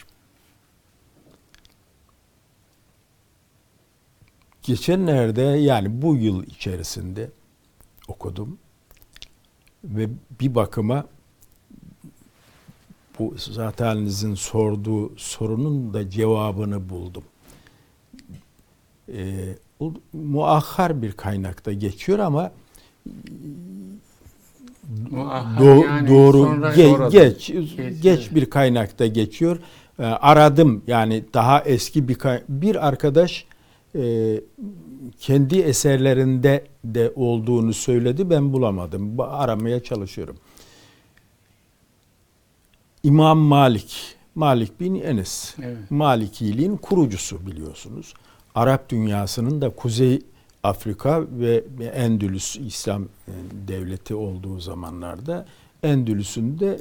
[SPEAKER 3] Geçenlerde yani bu yıl içerisinde okudum ve bir bakıma bu zatenizin sorduğu sorunun da cevabını buldum. Muahhar bir kaynakta geçiyor ama
[SPEAKER 1] Yani
[SPEAKER 3] doğru
[SPEAKER 1] sonra-
[SPEAKER 3] geç bir kaynakta geçiyor. Aradım, yani daha eski bir arkadaş kendi eserlerinde de olduğunu söyledi, ben bulamadım. Aramaya çalışıyorum. İmam Malik bin Enes,
[SPEAKER 1] Evet.
[SPEAKER 3] Malikiliğin kurucusu biliyorsunuz. Arap dünyasının da Kuzey Afrika ve Endülüs İslam devleti olduğu zamanlarda Endülüs'ün de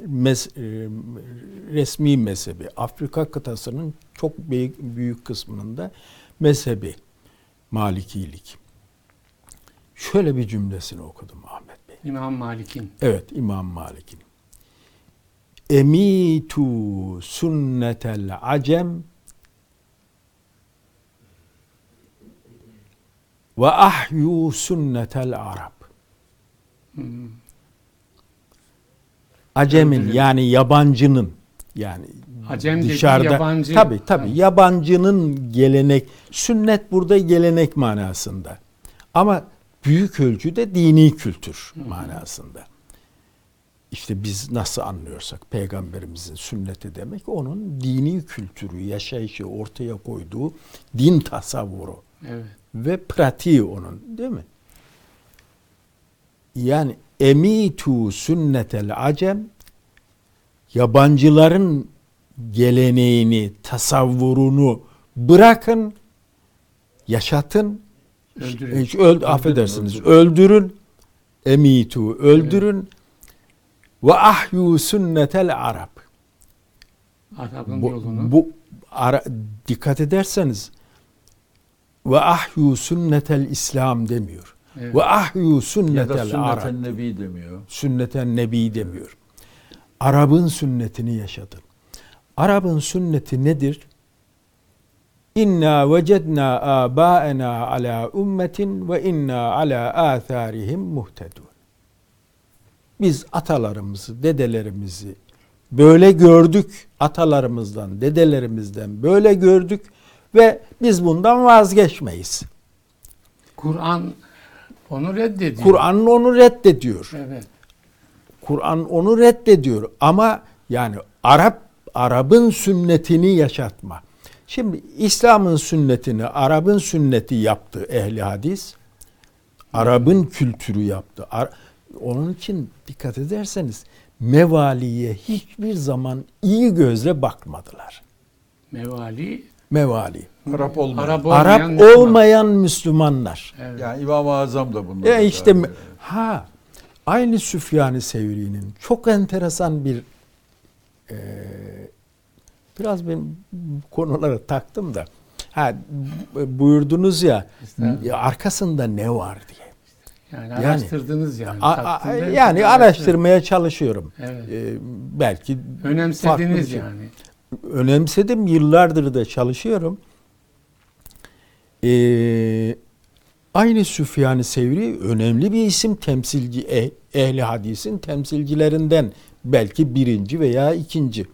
[SPEAKER 3] resmi mezhebi, Afrika kıtasının çok büyük kısmının da mezhebi Malikilik. Şöyle bir cümlesini okudum Ahmet Bey.
[SPEAKER 1] İmam Malik'in.
[SPEAKER 3] Evet, İmam Malik'in. Emitu sünnetel acem ve ahyu sünnetel arab. Acemin,
[SPEAKER 1] Öldürün.
[SPEAKER 3] yani yabancının, yani
[SPEAKER 1] Acem dediği
[SPEAKER 3] dışarıda
[SPEAKER 1] yabancı.
[SPEAKER 3] tabii
[SPEAKER 1] Evet.
[SPEAKER 3] yabancının gelenek, sünnet burada gelenek manasında. Ama büyük ölçüde dini kültür manasında. İşte biz nasıl anlıyorsak peygamberimizin sünneti demek, onun dini kültürü, yaşayışı, ortaya koyduğu din tasavvuru
[SPEAKER 1] Evet.
[SPEAKER 3] ve pratiği onun, değil mi? Yani emitu sünnetel acem, yabancıların geleneğini, tasavvurunu bırakın, yaşatın,
[SPEAKER 1] Öldürün.
[SPEAKER 3] affedersiniz, öldürün, emitu, öldürün, ve ahyu sünnetel arab.
[SPEAKER 1] Arap'ın yolunu.
[SPEAKER 3] Dikkat ederseniz, ve ahyu sünnetel İslam demiyor.
[SPEAKER 1] Evet.
[SPEAKER 3] Ve ahyu
[SPEAKER 2] Ya da
[SPEAKER 3] sünnetel arab.
[SPEAKER 2] sünneten nebi demiyor.
[SPEAKER 3] Sünneten nebi demiyor. Arap'ın sünnetini yaşadın. Arap'ın sünneti nedir? İnna vecedna abaena ala ummetin ve inna ala atharihim muhtedun. Biz atalarımızı, dedelerimizi böyle gördük. Atalarımızdan, dedelerimizden böyle gördük ve biz bundan vazgeçmeyiz.
[SPEAKER 1] Kur'an onu reddediyor.
[SPEAKER 3] Kur'an onu reddediyor.
[SPEAKER 1] Evet.
[SPEAKER 3] Kur'an onu reddediyor ama yani Arap'ın sünnetini yaşatma. Şimdi İslam'ın sünnetini Arap'ın sünneti yaptı ehli hadis. Arap'ın kültürü yaptı. Onun için dikkat ederseniz mevaliye hiçbir zaman iyi gözle bakmadılar. Mevali.
[SPEAKER 2] Arap olmayan.
[SPEAKER 3] Arap olmayan Müslümanlar.
[SPEAKER 1] Evet.
[SPEAKER 2] Yani İmam-ı Azam da bunlar.
[SPEAKER 3] İşte aynı Süfyan-ı Sevri'nin çok enteresan bir biraz ben bu konulara taktım da buyurdunuz ya arkasında ne var diye.
[SPEAKER 1] Yani araştırdınız yani.
[SPEAKER 3] Yani araştırmaya çalışıyorum.
[SPEAKER 1] Evet.
[SPEAKER 3] Belki
[SPEAKER 1] önemsediniz yani.
[SPEAKER 3] Önemsedim, yıllardır da çalışıyorum. Aynı Süfyan-ı Sevri önemli bir isim, temsilci, ehli hadisin temsilcilerinden, belki birinci veya ikinci.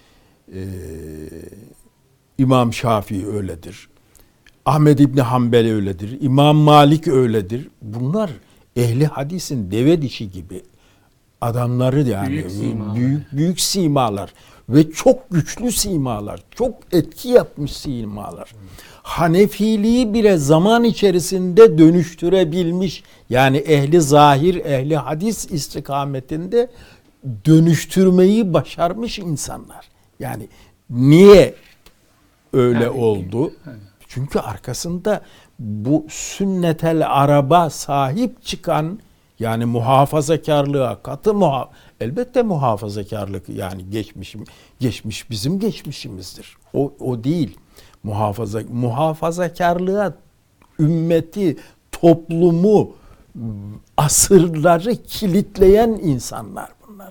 [SPEAKER 3] İmam Şafii öyledir. Ahmed İbni Hanbel öyledir. İmam Malik öyledir. Bunlar ehli hadisin deve dişi gibi adamları, yani büyük simalar ve çok güçlü simalar, çok etki yapmış simalar. Hanefiliği bile zaman içerisinde dönüştürebilmiş, yani ehli zahir, ehli hadis istikametinde dönüştürmeyi başarmış insanlar. Yani niye öyle oldu? Çünkü arkasında bu sünnetel araba sahip çıkan, yani muhafazakarlığa elbette muhafazakarlık, yani geçmiş bizim geçmişimizdir. O değil. Muhafazakarlığa ümmeti, toplumu, asırları kilitleyen insanlar bunlar.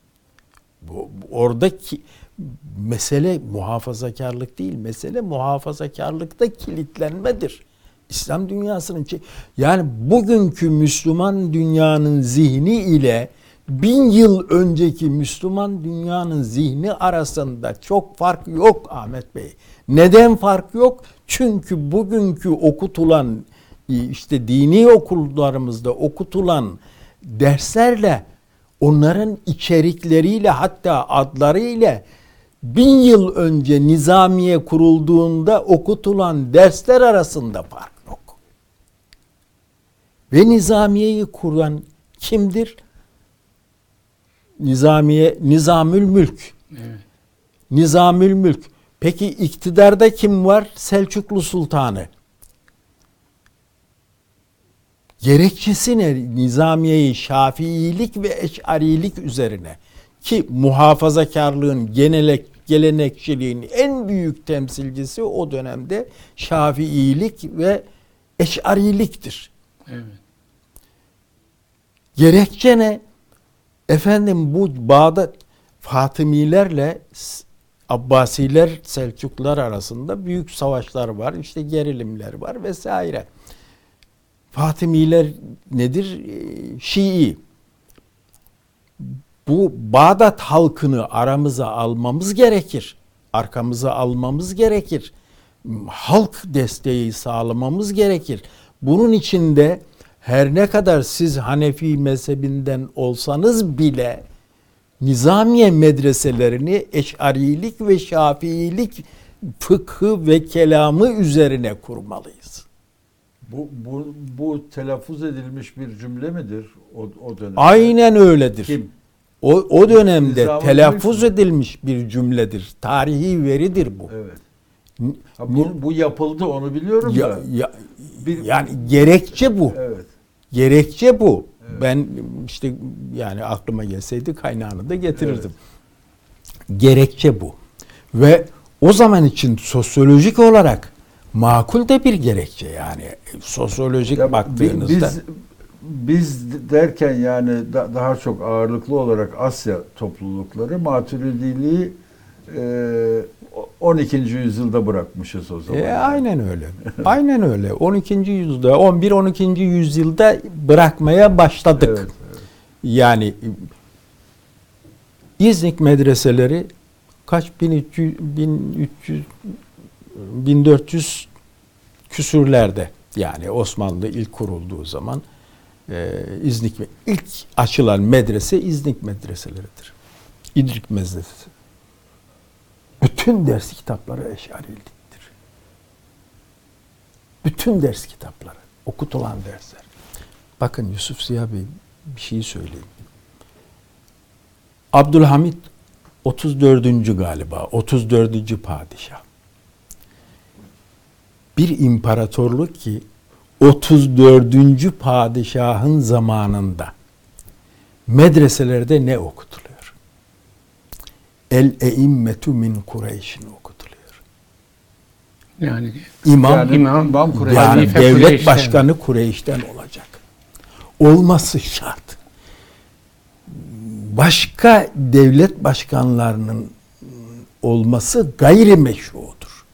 [SPEAKER 3] Oradaki mesele muhafazakarlık değil, mesele muhafazakarlıkta kilitlenmedir. İslam dünyasının yani bugünkü Müslüman dünyanın zihni ile 1000 yıl önceki Müslüman dünyanın zihni arasında çok fark yok Ahmet Bey. Neden fark yok? Çünkü bugünkü okutulan, işte dini okullarımızda okutulan derslerle onların içerikleriyle, hatta adlarıyla 1000 yıl önce nizamiye kurulduğunda okutulan dersler arasında fark yok. Ve nizamiyeyi kuran kimdir? Nizamül Mülk.
[SPEAKER 1] Evet.
[SPEAKER 3] Nizamül Mülk. Peki iktidarda kim var? Selçuklu Sultanı. Gerekçesi ne? Nizamiyeyi Şafiilik ve Eş'arilik üzerine, ki muhafazakarlığın, gelenekçiliğin en büyük temsilcisi o dönemde Şafiilik ve Eş'ariliktir.
[SPEAKER 1] Evet.
[SPEAKER 3] Gerekçe ne? Efendim bu Bağdat Fatımilerle Abbasiler, Selçuklular arasında büyük savaşlar var. İşte gerilimler var vesaire. Fatımiler nedir? Şii. Bu Bağdat halkını aramıza almamız gerekir. Arkamıza almamız gerekir. Halk desteği sağlamamız gerekir. Bunun için de her ne kadar siz Hanefi mezhebinden olsanız bile Nizamiye medreselerini Eş'arilik ve Şafiilik fıkhı ve kelamı üzerine kurmalıyız.
[SPEAKER 2] Bu telaffuz edilmiş bir cümle midir o dönemde?
[SPEAKER 3] Aynen öyledir.
[SPEAKER 2] Kim?
[SPEAKER 3] O dönemde
[SPEAKER 2] Nizamül
[SPEAKER 3] telaffuz
[SPEAKER 2] Mülk mü?
[SPEAKER 3] edilmiş bir cümledir. Tarihi veridir bu.
[SPEAKER 2] Evet. Ha, bu yapıldı, onu biliyorum da.
[SPEAKER 3] Yani gerekçe bu.
[SPEAKER 2] Evet.
[SPEAKER 3] Gerekçe bu. Evet. Ben işte yani aklıma gelseydi kaynağını da getirirdim. Evet. Gerekçe bu. Ve o zaman için sosyolojik olarak makul de bir gerekçe, yani sosyolojik
[SPEAKER 2] Ya
[SPEAKER 3] baktığınızda.
[SPEAKER 2] Biz derken yani daha çok ağırlıklı olarak Asya toplulukları Maturidiliği 12. yüzyılda bırakmışız o zaman.
[SPEAKER 3] Aynen öyle. Aynen öyle. 12. yüzyılda, 11-12. yüzyılda bırakmaya başladık.
[SPEAKER 2] Evet, evet.
[SPEAKER 3] Yani İznik medreseleri kaç 1400 küsürlerde, yani Osmanlı ilk kurulduğu zaman İznik ilk açılan medrese İznik medreseleridir. İdrik medresesi. Bütün ders kitapları Eş'ariliktir. Bütün ders kitapları, okutulan dersler. Bakın Yusuf Ziya Bey, bir şey söyleyeyim. Abdülhamit 34. galiba, 34. padişah. Bir imparatorluk ki 34. padişahın zamanında medreselerde ne okutuluyor? El-eimmetu min Kureyş'in okutuluyor.
[SPEAKER 1] Yani
[SPEAKER 2] İmam Kureyş.
[SPEAKER 3] Yani
[SPEAKER 1] Halife
[SPEAKER 3] devlet
[SPEAKER 1] Kureyş'ten.
[SPEAKER 3] başkanı Kureyş'ten olacak. Olması şart. Başka devlet başkanlarının olması gayrimeşrudur.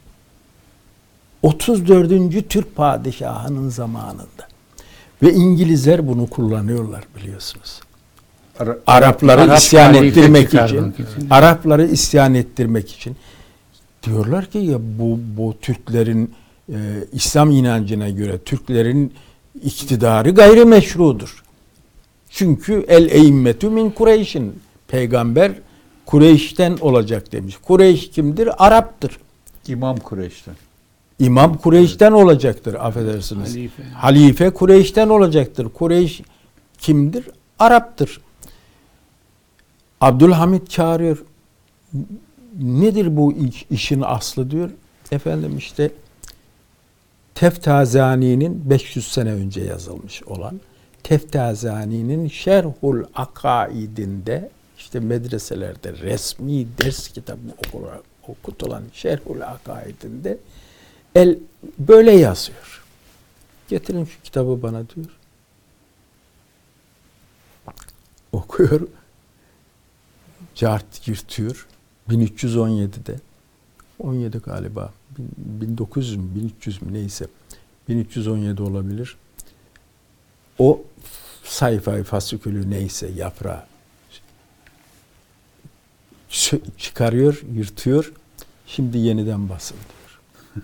[SPEAKER 3] 34. Türk padişahının zamanında. Ve İngilizler bunu kullanıyorlar, biliyorsunuz. Arapları
[SPEAKER 1] Arap
[SPEAKER 3] isyan
[SPEAKER 1] halife
[SPEAKER 3] ettirmek
[SPEAKER 1] çıkarmak
[SPEAKER 3] için.
[SPEAKER 1] için.
[SPEAKER 3] Arapları isyan ettirmek için. Diyorlar ki ya bu Türklerin İslam inancına göre Türklerin iktidarı gayrimeşrudur. Çünkü el-eimmetü min Kureyş'in, peygamber Kureyş'ten olacak demiş. Kureyş kimdir? Arap'tır.
[SPEAKER 2] İmam Kureyş'ten.
[SPEAKER 3] İmam Kureyş'ten olacaktır, affedersiniz. Halife Kureyş'ten olacaktır. Kureyş kimdir? Arap'tır. Abdülhamit çağırıyor. Nedir bu işin aslı diyor. Efendim işte Teftazani'nin 500 sene önce yazılmış olan Teftazani'nin Şerhul Akaidinde, işte medreselerde resmi ders kitabı okutulan Şerhul Akaidinde böyle yazıyor. Getirin şu kitabı bana diyor. Okuyor. Cart yırtıyor. 1317'de 17 galiba 1900 mü 1300 mü neyse 1317 olabilir. O sayfayı, fasikülü neyse yaprağı çıkarıyor, yırtıyor. Şimdi yeniden basın diyor.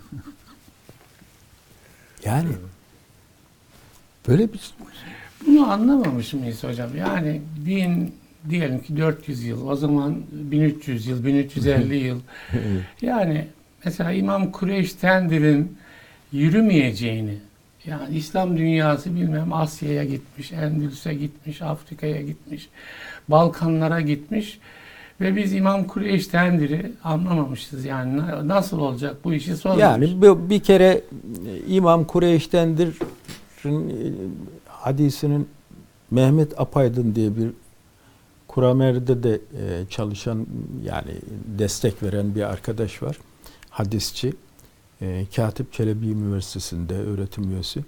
[SPEAKER 3] Yani böyle bir...
[SPEAKER 1] Bunu anlamamış mıyız hocam? Yani diyelim ki 400 yıl, o zaman 1300 yıl, 1350 yıl. Yani mesela İmam Kureyş Tendir'in yürümeyeceğini, yani İslam dünyası bilmem Asya'ya gitmiş, Endülüs'e gitmiş, Afrika'ya gitmiş, Balkanlara gitmiş ve biz İmam Kureyş Tendir'i anlamamışız. Yani nasıl olacak bu işi sormuş.
[SPEAKER 3] Yani bir kere İmam Kureyş Tendir'in hadisinin Mehmet Apaydın diye bir Kuramer'de de çalışan, yani destek veren bir arkadaş var. Hadisçi. Katip Çelebi Üniversitesi'nde öğretim üyesi.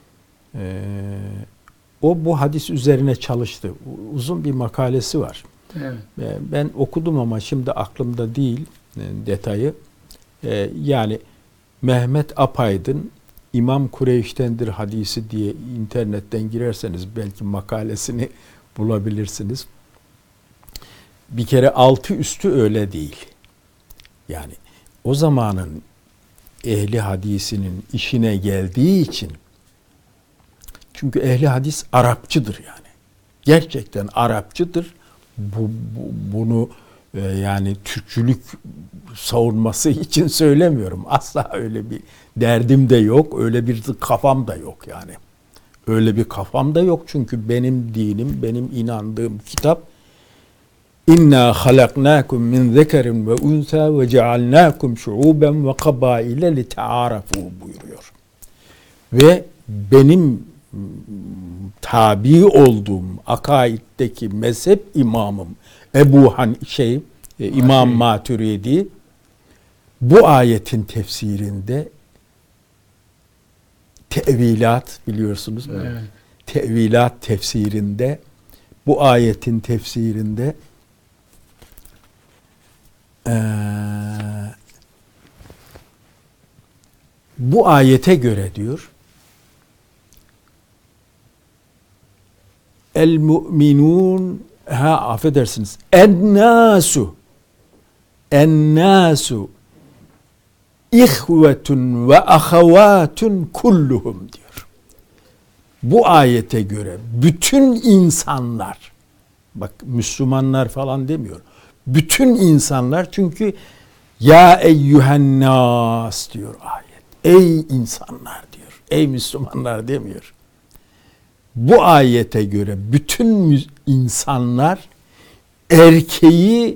[SPEAKER 3] O bu hadis üzerine çalıştı. Uzun bir makalesi var.
[SPEAKER 1] Evet.
[SPEAKER 3] Ben okudum ama şimdi aklımda değil detayı. Yani Mehmet Apaydın İmam Kureyş'tendir hadisi diye internetten girerseniz belki makalesini bulabilirsiniz. Bir kere altı üstü öyle değil. Yani o zamanın ehli hadisinin işine geldiği için, çünkü ehli hadis Arapçıdır yani. Gerçekten Arapçıdır. Bunu yani Türkçülük savunması için söylemiyorum. Asla öyle bir derdim de yok. Öyle bir kafam da yok yani. Öyle bir kafam da yok çünkü benim dinim, benim inandığım kitap İnna halaknakum min zekerin ve unsa ve cealnakum şuuben ve kabaile li taarafu buyuruyor. Ve benim tabi olduğum akaiddeki mezhep imamım İmam Maturidi bu ayetin tefsirinde tevilat biliyorsunuz.
[SPEAKER 1] Evet.
[SPEAKER 3] Tevilat tefsirinde, bu ayetin tefsirinde bu ayete göre diyor, el mu'minun, affedersiniz, ennâsu ihvetun ve ahavatun kulluhum diyor. Bu ayete göre bütün insanlar, bak Müslümanlar falan demiyor, bütün insanlar, çünkü ya eyyühennâs diyor ayet. Ey insanlar diyor. Ey Müslümanlar demiyor. Bu ayete göre bütün insanlar, erkeği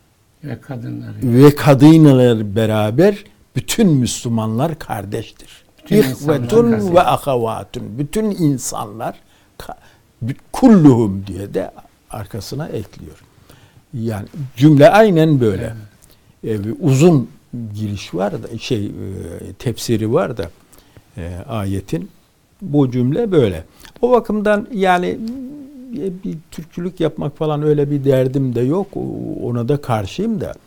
[SPEAKER 3] ve kadınları beraber bütün Müslümanlar kardeştir. İhvetun ve ahavatun. Bütün insanlar kulluhum diye de arkasına ekliyor. Yani cümle aynen böyle. Evet. Uzun giriş var da tefsiri var da ayetin, bu cümle böyle. O bakımdan yani bir Türkçülük yapmak falan öyle bir derdim de yok. Ona da karşıyım da.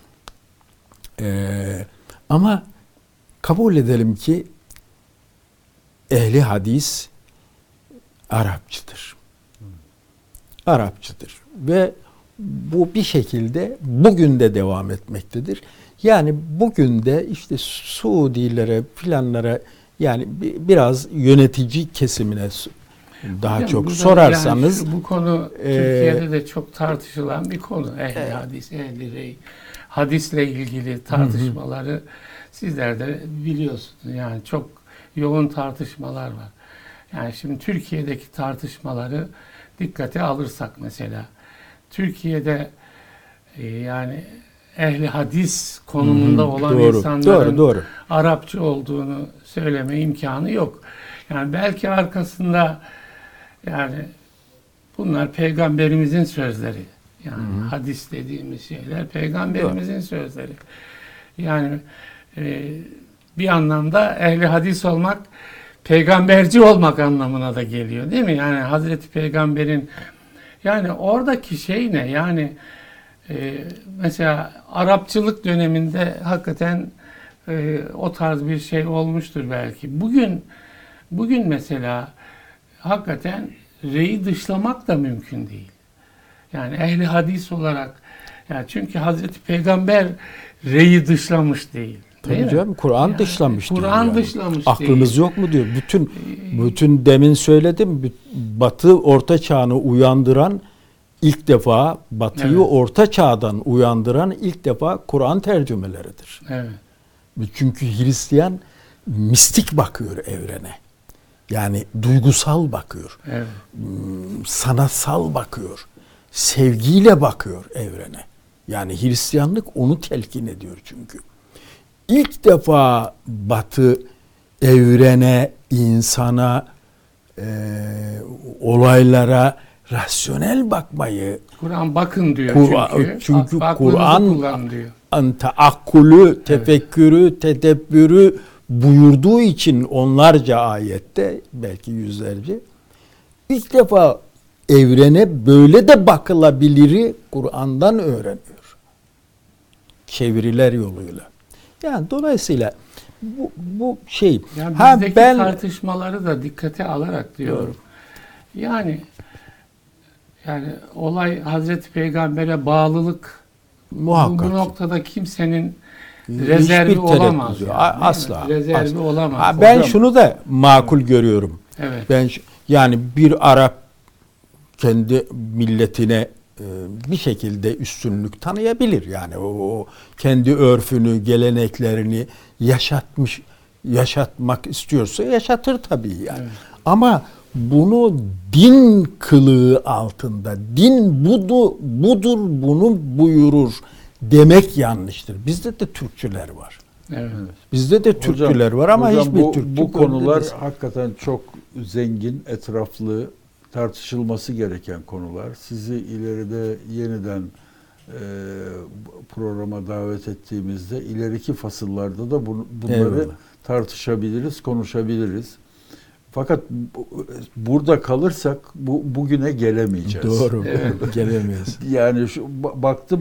[SPEAKER 3] Ama kabul edelim ki ehli hadis Arapçıdır. Arapçıdır. Ve bu bir şekilde bugün de devam etmektedir. Yani bugün de işte Suudilere, filanlara, yani biraz yönetici kesimine daha
[SPEAKER 1] hocam,
[SPEAKER 3] çok sorarsanız.
[SPEAKER 1] Yani bu konu Türkiye'de de çok tartışılan bir konu. Ehli hadis, ehli rey. Hadisle ilgili tartışmaları sizler de biliyorsunuz. Yani çok yoğun tartışmalar var. Yani şimdi Türkiye'deki tartışmaları dikkate alırsak mesela, Türkiye'de yani ehli hadis konumunda olan insanların Arapçı olduğunu söyleme imkanı yok. Yani belki arkasında, yani bunlar peygamberimizin sözleri. Yani hadis dediğimiz şeyler peygamberimizin sözleri. Yani bir anlamda ehli hadis olmak peygamberci olmak anlamına da geliyor, değil mi? Yani Hazreti Peygamber'in, yani oradaki şey ne? Yani mesela Arapçılık döneminde hakikaten o tarz bir şey olmuştur belki. Bugün mesela hakikaten reyi dışlamak da mümkün değil. Yani ehli hadis olarak, yani çünkü Hazreti Peygamber reyi dışlamış değil.
[SPEAKER 3] Tabii canım, Kur'an yani, dışlamış değil.
[SPEAKER 1] Kur'an dışlamış
[SPEAKER 3] Aklınız
[SPEAKER 1] değil.
[SPEAKER 3] yok mu diyor. Bütün demin söyledim, Batı Orta Çağ'ını uyandıran ilk defa Batı'yı
[SPEAKER 1] Evet.
[SPEAKER 3] Orta Çağ'dan uyandıran ilk defa Kur'an tercümeleridir.
[SPEAKER 1] Evet.
[SPEAKER 3] Çünkü Hristiyan mistik bakıyor evrene. Yani duygusal bakıyor.
[SPEAKER 1] Evet.
[SPEAKER 3] Sanatsal bakıyor. Sevgiyle bakıyor evrene. Yani Hristiyanlık onu telkin ediyor çünkü. İlk defa Batı evrene, insana, olaylara rasyonel bakmayı,
[SPEAKER 1] Kur'an bakın diyor
[SPEAKER 3] çünkü
[SPEAKER 1] aklınızı
[SPEAKER 3] Kur'an
[SPEAKER 1] kullanın diyor.
[SPEAKER 3] taakkulü, tefekkürü, tedebbürü buyurduğu için onlarca ayette, belki yüzlerce, ilk defa evrene böyle de bakılabiliri Kur'an'dan öğreniyor. Çeviriler yoluyla. Yani dolayısıyla bu şey.
[SPEAKER 1] Yani bizdeki tartışmaları da dikkate alarak diyorum. Yani olay Hazreti Peygamber'e bağlılık,
[SPEAKER 3] muhakkak.
[SPEAKER 1] bu noktada kimsenin rezervi
[SPEAKER 3] Hiçbir
[SPEAKER 1] olamaz.
[SPEAKER 3] tereddüt yok.
[SPEAKER 1] Yani,
[SPEAKER 3] Asla.
[SPEAKER 1] rezervi
[SPEAKER 3] Asla.
[SPEAKER 1] olamaz.
[SPEAKER 3] Ben
[SPEAKER 1] Hocam,
[SPEAKER 3] şunu da makul görüyorum.
[SPEAKER 1] evet.
[SPEAKER 3] Yani bir Arap kendi milletine bir şekilde üstünlük tanıyabilir. Yani o kendi örfünü, geleneklerini yaşatmak istiyorsa yaşatır tabii yani.
[SPEAKER 1] Evet.
[SPEAKER 3] Ama bunu din kılığı altında, din budur, bunu buyurur demek yanlıştır. Bizde de Türkçüler var.
[SPEAKER 1] Evet.
[SPEAKER 3] Bizde de Türkçüler var ama
[SPEAKER 2] hocam
[SPEAKER 3] hiçbir Türkçü
[SPEAKER 2] bu konular
[SPEAKER 3] önde değil.
[SPEAKER 2] hakikaten çok zengin, etraflı, tartışılması gereken konular. Sizi ileride yeniden programa davet ettiğimizde ileriki fasıllarda da bunları
[SPEAKER 3] Eyvallah.
[SPEAKER 2] tartışabiliriz, konuşabiliriz. Fakat burada kalırsak bugüne gelemeyeceğiz.
[SPEAKER 3] Doğru. Gelemeyiz.
[SPEAKER 2] Yani baktım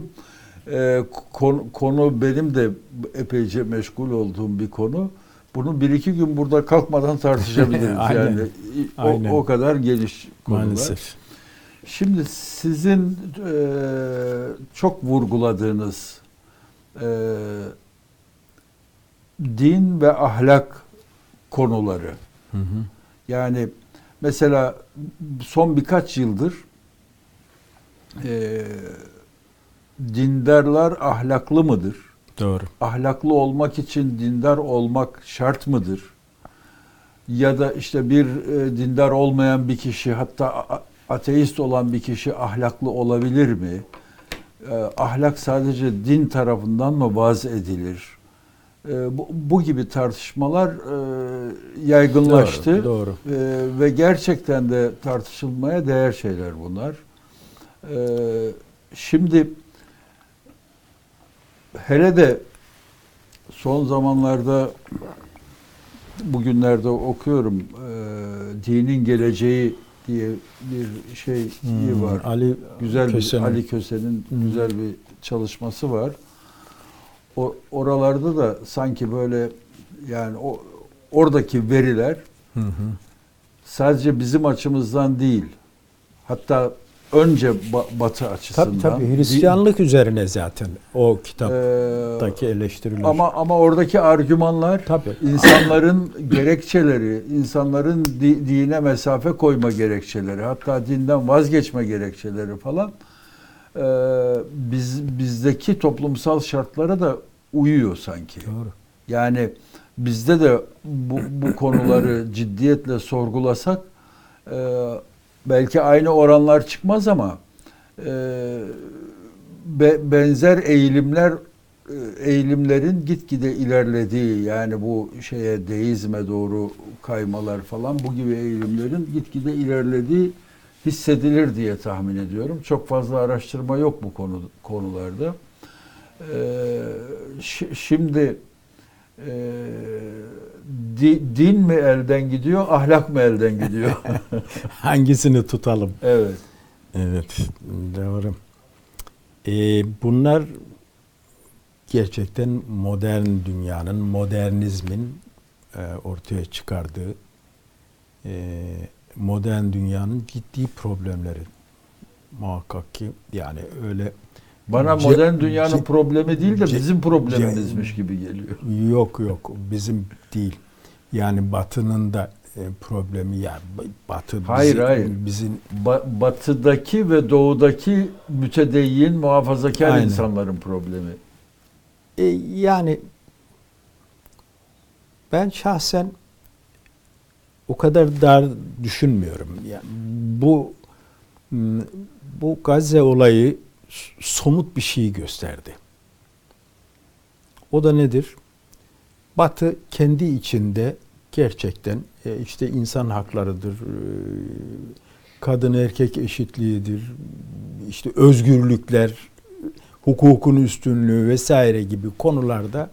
[SPEAKER 2] konu benim de epeyce meşgul olduğum bir konu. Bunu bir iki gün burada kalkmadan tartışabiliriz.
[SPEAKER 3] Aynen.
[SPEAKER 2] Yani
[SPEAKER 3] Aynen.
[SPEAKER 2] o kadar geniş konular.
[SPEAKER 3] Maalesef.
[SPEAKER 2] Şimdi sizin çok vurguladığınız din ve ahlak konuları.
[SPEAKER 3] Hı hı.
[SPEAKER 2] Yani mesela son birkaç yıldır dindarlar ahlaklı mıdır?
[SPEAKER 3] Doğru.
[SPEAKER 2] Ahlaklı olmak için dindar olmak şart mıdır? Ya da işte bir dindar olmayan bir kişi, hatta ateist olan bir kişi ahlaklı olabilir mi? Ahlak sadece din tarafından mı vaz edilir? Bu gibi tartışmalar yaygınlaştı.
[SPEAKER 3] Doğru.
[SPEAKER 2] Ve gerçekten de tartışılmaya değer şeyler bunlar. Şimdi hele de son zamanlarda, bugünlerde okuyorum, dinin geleceği diye bir şey var.
[SPEAKER 3] Ali
[SPEAKER 2] Köse'nin güzel bir çalışması var. Oralarda da sanki böyle, yani oradaki veriler sadece bizim açımızdan değil, hatta önce Batı açısından.
[SPEAKER 3] Tabii Hristiyanlık üzerine zaten o kitaptaki eleştiriler.
[SPEAKER 2] Ama oradaki argümanlar, insanların gerekçeleri, insanların dine mesafe koyma gerekçeleri, hatta dinden vazgeçme gerekçeleri falan bizdeki toplumsal şartlara da uyuyor sanki.
[SPEAKER 3] Doğru.
[SPEAKER 2] Yani bizde de bu konuları ciddiyetle sorgulasak belki aynı oranlar çıkmaz ama benzer eğilimlerin gitgide ilerlediği, yani bu deizme doğru kaymalar falan, bu gibi eğilimlerin gitgide ilerlediği hissedilir diye tahmin ediyorum. Çok fazla araştırma yok bu konularda. Şimdi din mi elden gidiyor, ahlak mı elden gidiyor?
[SPEAKER 3] Hangisini tutalım?
[SPEAKER 2] Evet.
[SPEAKER 3] Evet, doğru. Bunlar gerçekten modern dünyanın, modernizmin ortaya çıkardığı, modern dünyanın ciddi problemleri. Muhakkak ki yani öyle.
[SPEAKER 2] Bana modern dünyanın problemi değil de bizim problemimizmiş gibi geliyor.
[SPEAKER 3] Yok, bizim değil. Yani Batı'nın da problemi yani Batı
[SPEAKER 2] Hayır.
[SPEAKER 3] bizim
[SPEAKER 2] Batıdaki ve doğudaki mütedeyyin, muhafazakar
[SPEAKER 3] Aynen.
[SPEAKER 2] insanların problemi.
[SPEAKER 3] Yani ben şahsen o kadar dar düşünmüyorum. Yani bu Gazze olayı somut bir şeyi gösterdi. O da nedir? Batı kendi içinde gerçekten işte insan haklarıdır, kadın erkek eşitliğidir, işte özgürlükler, hukukun üstünlüğü vesaire gibi konularda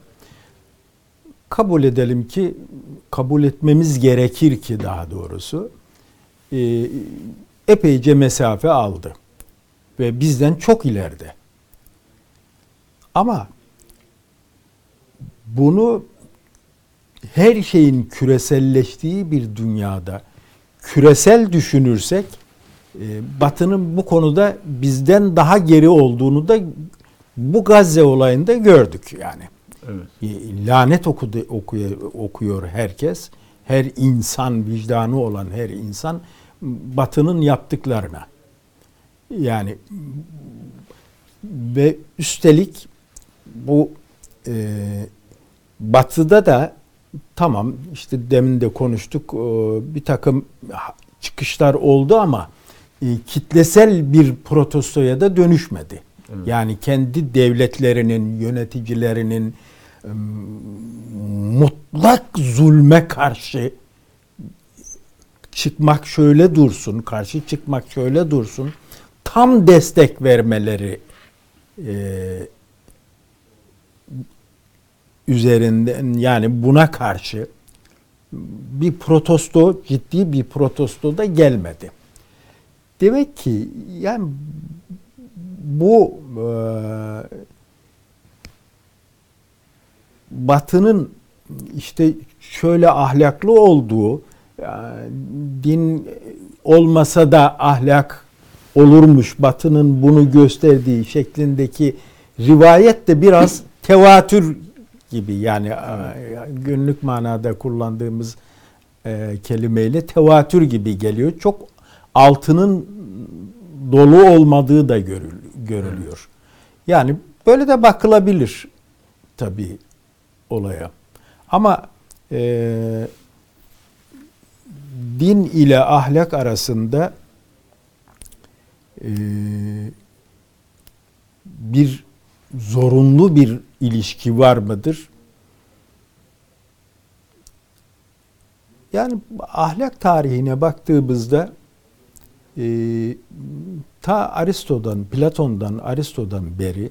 [SPEAKER 3] kabul etmemiz gerekir ki daha doğrusu epeyce mesafe aldı ve bizden çok ileride. Ama bunu her şeyin küreselleştiği bir dünyada küresel düşünürsek Batı'nın bu konuda bizden daha geri olduğunu da bu Gazze olayında gördük yani.
[SPEAKER 2] Evet.
[SPEAKER 3] Lanet okuyor herkes. Her insan, vicdanı olan her insan Batı'nın yaptıklarına. Yani ve üstelik bu Batı'da da tamam işte demin de konuştuk bir takım çıkışlar oldu ama kitlesel bir protestoya da dönüşmedi. Evet. Yani kendi devletlerinin, yöneticilerinin mutlak zulme karşı çıkmak şöyle dursun, karşı çıkmak şöyle dursun, tam destek vermeleri üzerinden yani buna karşı bir protesto, ciddi bir protesto da gelmedi. Demek ki yani bu Batı'nın işte şöyle ahlaklı olduğu, din olmasa da ahlak olurmuş, Batı'nın bunu gösterdiği şeklindeki rivayet de biraz tevatür gibi yani günlük manada kullandığımız kelimeyle tevatür gibi geliyor. Çok altının dolu olmadığı da görülüyor. Yani böyle de bakılabilir tabii olaya. Ama din ile ahlak arasında bir zorunlu bir ilişki var mıdır? Yani ahlak tarihine baktığımızda ta Platon'dan Aristo'dan beri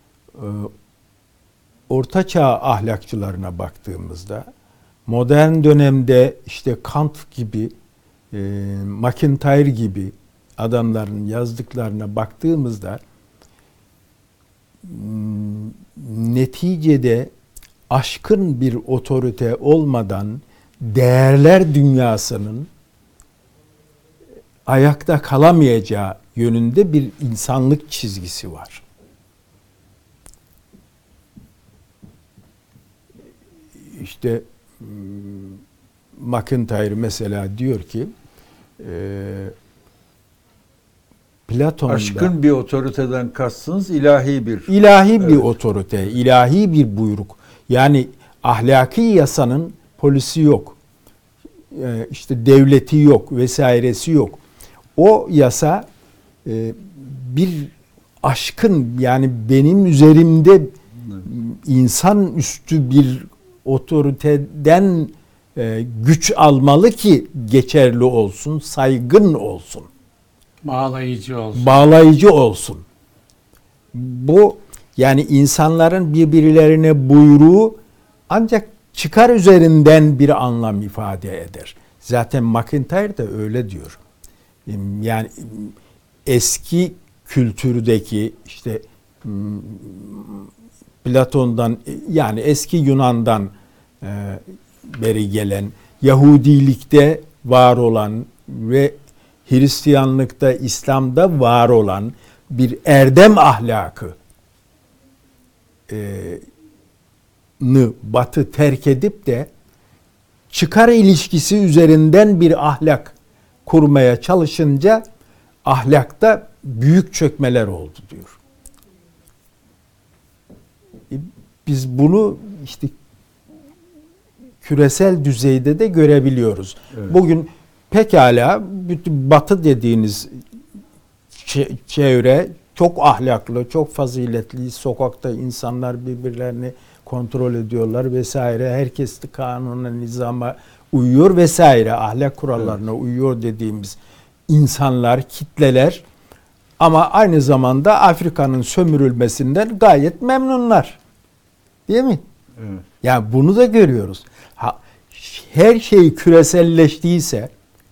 [SPEAKER 3] Ortaçağ ahlakçılarına baktığımızda modern dönemde işte Kant gibi, MacIntyre gibi adamların yazdıklarına baktığımızda neticede aşkın bir otorite olmadan değerler dünyasının ayakta kalamayacağı yönünde bir insanlık çizgisi var. İşte MacIntyre mesela diyor ki Platon'da
[SPEAKER 2] aşkın bir otoriteden kastınız ilahi bir
[SPEAKER 3] bir otorite, ilahi bir buyruk. Yani ahlaki yasanın polisi yok. İşte devleti yok, vesairesi yok. O yasa bir aşkın yani benim üzerimde insan üstü bir otoriteden güç almalı ki geçerli olsun, saygın olsun. Bağlayıcı olsun. Bu yani insanların birbirlerine buyruğu ancak çıkar üzerinden bir anlam ifade eder. Zaten MacIntyre de öyle diyor. Yani eski kültürdeki işte Platon'dan yani eski Yunan'dan beri gelen Yahudilikte var olan ve Hristiyanlıkta, İslam'da var olan bir erdem ahlakı Batı terk edip de çıkar ilişkisi üzerinden bir ahlak kurmaya çalışınca ahlakta büyük çökmeler oldu diyor. Biz bunu işte küresel düzeyde de görebiliyoruz.
[SPEAKER 2] Evet.
[SPEAKER 3] Bugün pekala bütün Batı dediğiniz çevre çok ahlaklı, çok faziletli. Sokakta insanlar birbirlerini kontrol ediyorlar vesaire. Herkes de kanuna, nizama uyuyor vesaire. Ahlak kurallarına uyuyor dediğimiz insanlar, kitleler. Ama aynı zamanda Afrika'nın sömürülmesinden gayet memnunlar. Değil mi?
[SPEAKER 2] Evet.
[SPEAKER 3] Yani bunu da görüyoruz. Her şey küreselleştiyse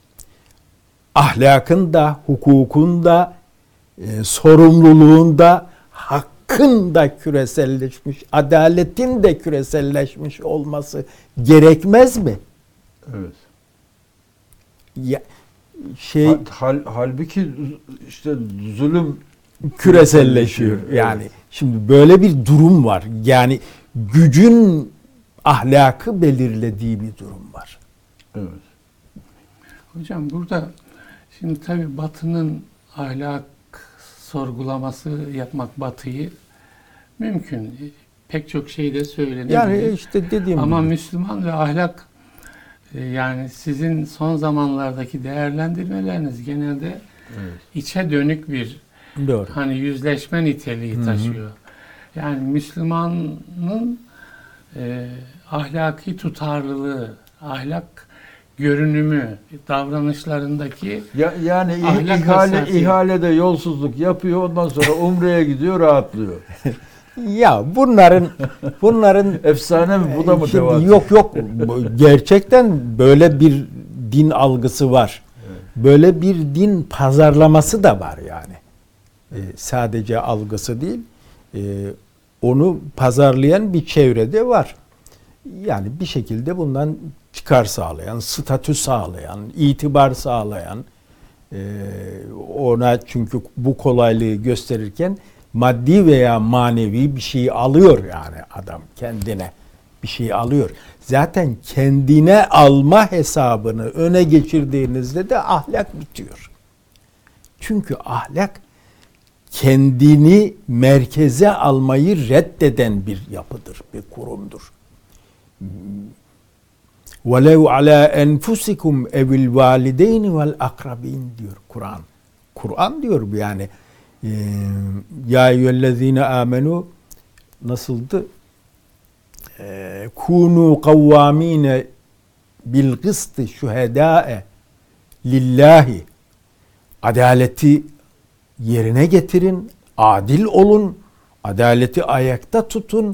[SPEAKER 3] ahlakın da, hukukun da, sorumluluğun da, hakkın da küreselleşmiş, adaletin de küreselleşmiş olması gerekmez mi?
[SPEAKER 2] Evet.
[SPEAKER 3] Ya,
[SPEAKER 2] Halbuki işte zulüm
[SPEAKER 3] küreselleşiyor.
[SPEAKER 2] Evet.
[SPEAKER 3] Yani şimdi böyle bir durum var. Yani gücün ahlakı belirlediği bir durum var.
[SPEAKER 2] Evet.
[SPEAKER 1] Hocam burada şimdi tabii Batı'nın ahlak sorgulaması yapmak Batı'yı mümkün. Pek çok şey de söylenebilir.
[SPEAKER 3] Yani işte dediğim
[SPEAKER 1] ama
[SPEAKER 3] gibi.
[SPEAKER 1] Müslüman ve ahlak yani sizin son zamanlardaki değerlendirmeleriniz genelde
[SPEAKER 2] Evet.
[SPEAKER 1] içe dönük bir
[SPEAKER 3] Doğru.
[SPEAKER 1] hani yüzleşme niteliği taşıyor. Yani Müslümanın ahlaki tutarlılığı, ahlak görünümü, davranışlarındaki
[SPEAKER 2] Yani
[SPEAKER 1] ahlak hassasiyeti.
[SPEAKER 2] ihalede yolsuzluk yapıyor, ondan sonra Umre'ye gidiyor, rahatlıyor.
[SPEAKER 3] Ya bunların
[SPEAKER 2] Efsane mi? Bu da mı
[SPEAKER 3] şimdi
[SPEAKER 2] tevatür?
[SPEAKER 3] yok gerçekten böyle bir din algısı var.
[SPEAKER 2] Evet.
[SPEAKER 3] Böyle bir din pazarlaması da var yani. Sadece algısı değil. Onu pazarlayan bir çevrede var. Yani bir şekilde bundan çıkar sağlayan, statü sağlayan, itibar sağlayan, ona çünkü bu kolaylığı gösterirken maddi veya manevi bir şey alıyor yani adam kendine bir şey alıyor. Zaten kendine alma hesabını öne geçirdiğinizde de ahlak bitiyor. Çünkü ahlak kendini merkeze almayı reddeden bir yapıdır, bir kurumdur. وَلَوْ عَلَى اَنْفُسِكُمْ اَوِ الْوَالِدَيْنِ وَالْاَقْرَبِينَ diyor Kur'an. Kur'an diyor yani. Ya eyyühellezine amenu nasıldı? Kunu kavvamine bil kıstı şuhedâe lillahi. Adaleti yerine getirin, adil olun, adaleti ayakta tutun.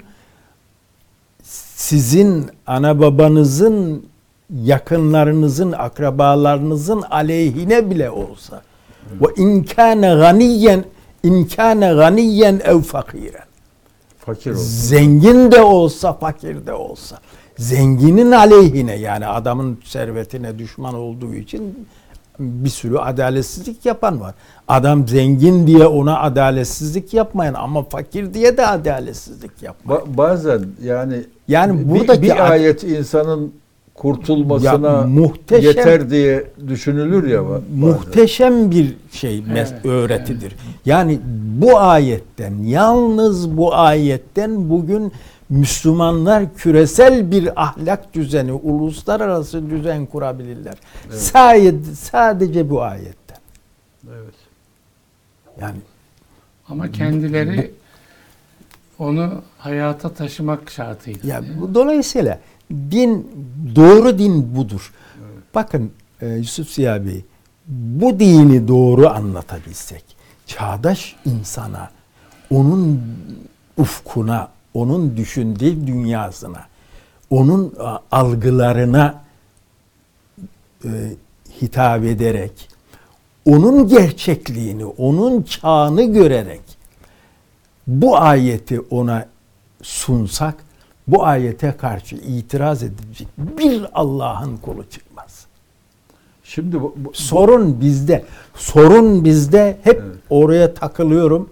[SPEAKER 3] Sizin ana babanızın, yakınlarınızın, akrabalarınızın aleyhine bile olsa ve in kâne ganiyen ev fakiren.
[SPEAKER 2] Fakir olsun.
[SPEAKER 3] Zengin de olsa, fakir de olsa. Zenginin aleyhine yani adamın servetine düşman olduğu için bir sürü adaletsizlik yapan var. Adam zengin diye ona adaletsizlik yapmayan ama fakir diye de adaletsizlik yapmayan.
[SPEAKER 2] Bazen yani
[SPEAKER 3] buradaki
[SPEAKER 2] bir ayet insanın kurtulmasına yeter diye düşünülür ya.
[SPEAKER 3] Muhteşem bir şey öğretidir. Yani bu ayetten, yalnız bu ayetten bugün Müslümanlar küresel bir ahlak düzeni, uluslararası düzen kurabilirler. Evet. Sadece bu ayetten.
[SPEAKER 2] Evet.
[SPEAKER 3] Yani
[SPEAKER 1] ama kendileri onu hayata taşımak şartıyla.
[SPEAKER 3] ya dolayısıyla doğru din budur. Evet. Bakın Yusuf Ziya Bey, bu dini doğru anlatabilsek, çağdaş insana, onun ufkuna, onun düşündüğü dünyasına, onun algılarına hitap ederek, onun gerçekliğini, onun çağını görerek bu ayeti ona sunsak, bu ayete karşı itiraz edecek bir Allah'ın kulu çıkmaz.
[SPEAKER 2] Şimdi
[SPEAKER 3] sorun bizde. Sorun bizde. Hep oraya takılıyorum.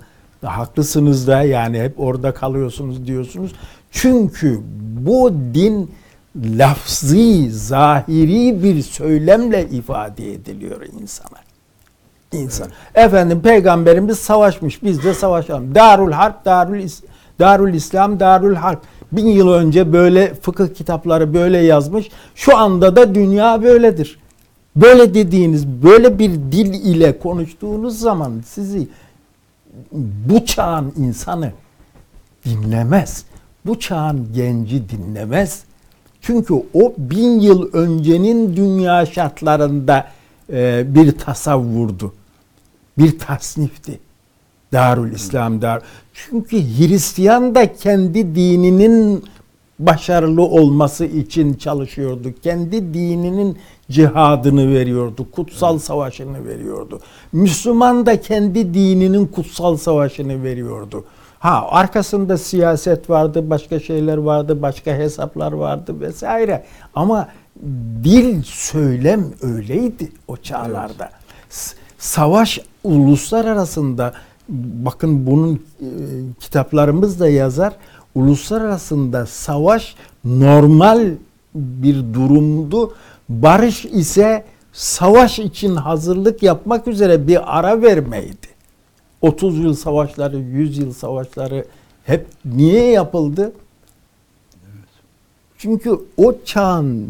[SPEAKER 3] Haklısınız da yani hep orada kalıyorsunuz diyorsunuz. Çünkü bu din lafzi, zahiri bir söylemle ifade ediliyor insana. İnsan. Evet. Efendim peygamberimiz savaşmış, biz de savaşalım. Darul Harp, Darul İslam, Darul Harp. 1000 yıl önce böyle fıkıh kitapları böyle yazmış. Şu anda da dünya böyledir. Böyle dediğiniz, böyle bir dil ile konuştuğunuz zaman sizi bu çağın insanı dinlemez. Bu çağın genci dinlemez. Çünkü o 1000 yıl öncenin dünya şartlarında bir tasavvurdu. Bir tasnifti. Darul İslam, Çünkü Hristiyan da kendi dininin başarılı olması için çalışıyordu. Kendi dininin cihadını veriyordu. Kutsal savaşını veriyordu. Müslüman da kendi dininin kutsal savaşını veriyordu. Arkasında siyaset vardı, başka şeyler vardı, başka hesaplar vardı vesaire. Ama dil, söylem öyleydi o çağlarda. Evet. Savaş uluslar arasında, bakın bunun kitaplarımız da yazar, uluslar arasında savaş normal bir durumdu. Barış ise savaş için hazırlık yapmak üzere bir ara vermeydi. 30 yıl savaşları, 100 yıl savaşları hep niye yapıldı? Evet. Çünkü o çağın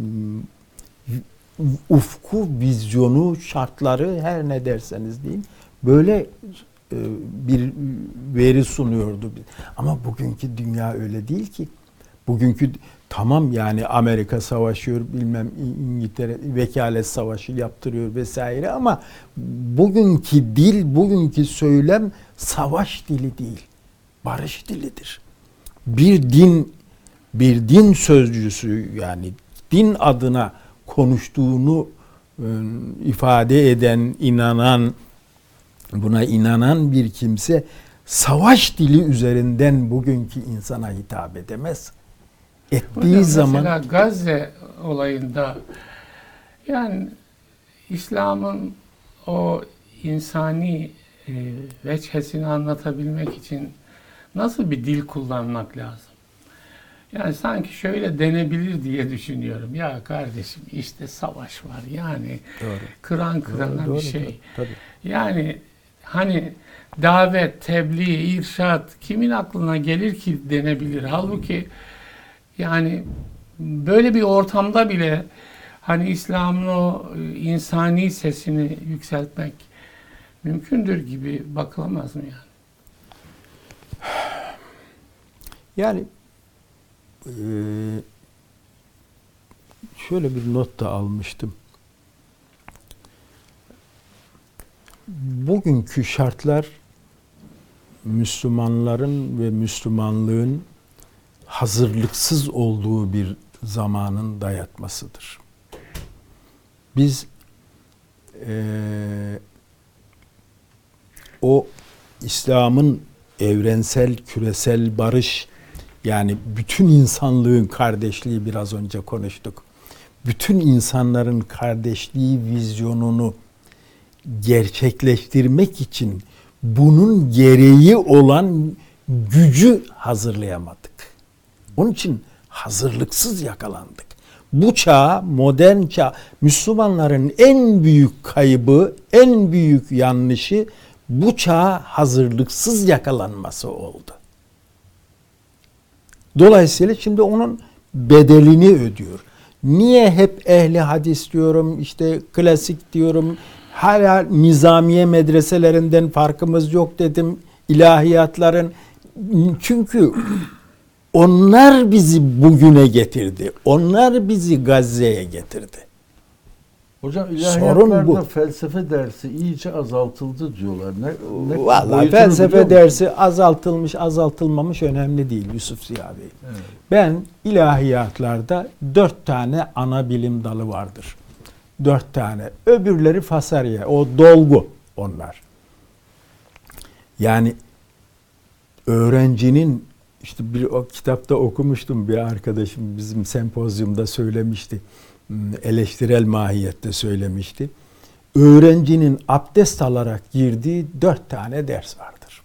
[SPEAKER 3] ufku, vizyonu, şartları, her ne derseniz deyin, böyle bir veri sunuyordu. Ama bugünkü dünya öyle değil ki. Bugünkü tamam, yani Amerika savaşıyor, bilmem İngiltere vekalet savaşı yaptırıyor vesaire, ama bugünkü dil, bugünkü söylem savaş dili değil, barış dilidir. Bir din sözcüsü, yani din adına konuştuğunu ifade eden, inanan, buna inanan bir kimse savaş dili üzerinden bugünkü insana hitap edemez. Ettiği
[SPEAKER 1] hocam,
[SPEAKER 3] zaman
[SPEAKER 1] mesela Gazze olayında, yani İslam'ın o insani veçhesini anlatabilmek için nasıl bir dil kullanmak lazım? Yani sanki şöyle denebilir diye düşünüyorum. Ya kardeşim, işte savaş var. Yani doğru, kıran kırana doğru, bir şey. Tabii. Yani hani davet, tebliğ, irşat kimin aklına gelir ki denebilir. Halbuki yani böyle bir ortamda bile hani İslam'ın o insani sesini yükseltmek mümkündür gibi bakılamaz mı yani?
[SPEAKER 3] Yani şöyle bir not da almıştım. Bugünkü şartlar Müslümanların ve Müslümanlığın hazırlıksız olduğu bir zamanın dayatmasıdır. Biz o İslam'ın evrensel, küresel barış, yani bütün insanlığın kardeşliği, biraz önce konuştuk. Bütün insanların kardeşliği vizyonunu gerçekleştirmek için bunun gereği olan gücü hazırlayamadık. Onun için hazırlıksız yakalandık. Bu çağ, modern çağ, Müslümanların en büyük kaybı, en büyük yanlışı bu çağa hazırlıksız yakalanması oldu. Dolayısıyla şimdi onun bedelini ödüyor. Niye hep ehli hadis diyorum, işte klasik diyorum, hala nizamiye medreselerinden farkımız yok dedim, ilahiyatların. Çünkü onlar bizi bugüne getirdi. Onlar bizi Gazze'ye getirdi.
[SPEAKER 2] Hocam ilahiyatlarda felsefe dersi iyice azaltıldı diyorlar.
[SPEAKER 3] Vallahi felsefe dersi azaltılmış, azaltılmamış önemli değil Yusuf Ziya Bey. Evet. Ben ilahiyatlarda 4 tane ana bilim dalı vardır. 4 tane. Öbürleri fasariye, o dolgu onlar. Yani öğrencinin, işte o kitapta okumuştum, bir arkadaşım bizim sempozyumda söylemişti. Eleştirel mahiyette söylemişti. Öğrencinin abdest alarak girdiği 4 tane ders vardır.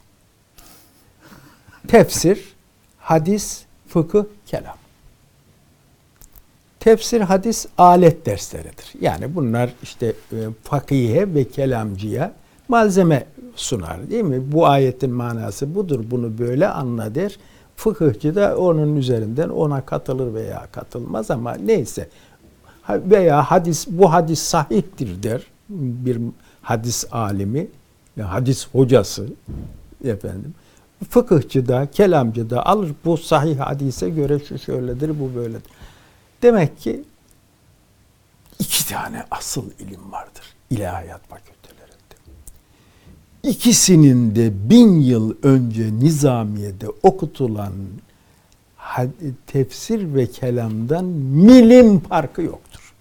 [SPEAKER 3] Tefsir, hadis, fıkıh, kelam. Tefsir, hadis alet dersleridir. Yani bunlar işte fakihe ve kelamcıya malzeme sunar, değil mi? Bu ayetin manası budur, bunu böyle anla der. Fıkıhçı da onun üzerinden ona katılır veya katılmaz ama neyse. Veya bu hadis sahihtir der bir hadis alimi, hadis hocası efendim. Fıkıhçı da, kelamcı da alır bu sahih hadise göre şu şöyledir, bu böyledir. Demek ki 2 tane asıl ilim vardır ilahiyat fakültelerinde. İkisinin de 1000 yıl önce Nizamiye'de okutulan tefsir ve kelamdan milim farkı yoktur.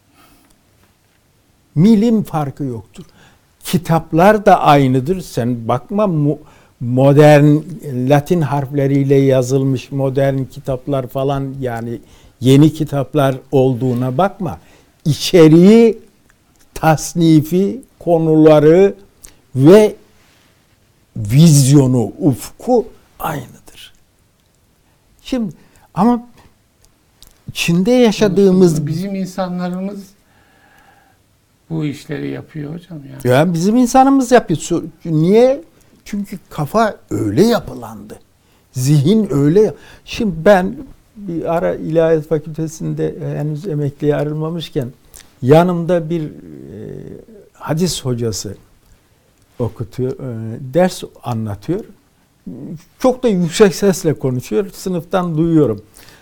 [SPEAKER 3] Milim farkı yoktur. Kitaplar da aynıdır. Sen bakma modern Latin harfleriyle yazılmış modern kitaplar falan, yani yeni kitaplar olduğuna bakma. İçeriği, tasnifi, konuları ve vizyonu, ufku aynıdır. Şimdi ama içinde yaşadığımız
[SPEAKER 1] bizim insanlarımız bu işleri yapıyor hocam yani.
[SPEAKER 3] Ya bizim insanımız yapıyor. Niye? Çünkü kafa öyle yapılandı. Zihin öyle. Şimdi ben bir ara İlahiyat Fakültesi'nde henüz emekliye ayrılmamışken yanımda bir hadis hocası okutuyor, ders anlatıyor. Çok da yüksek sesle konuşuyor. Sınıftan duyuyorum.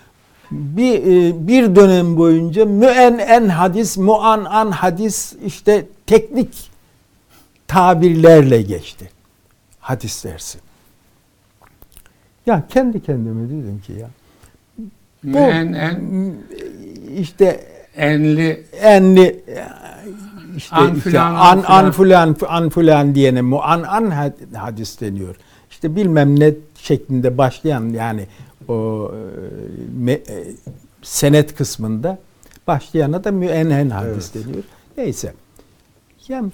[SPEAKER 3] Bir dönem boyunca mü'en hadis, mu'an hadis, işte teknik tabirlerle geçti hadis dersi. Ya kendi kendime dedim ki ya
[SPEAKER 1] Mü'en
[SPEAKER 3] işte
[SPEAKER 1] enli
[SPEAKER 3] işte an fulan diyene mu'an hadis deniyor. İşte bilmem ne şeklinde başlayan, yani o senet kısmında başlayana da mü'en hadis deniyor. Neyse. Yani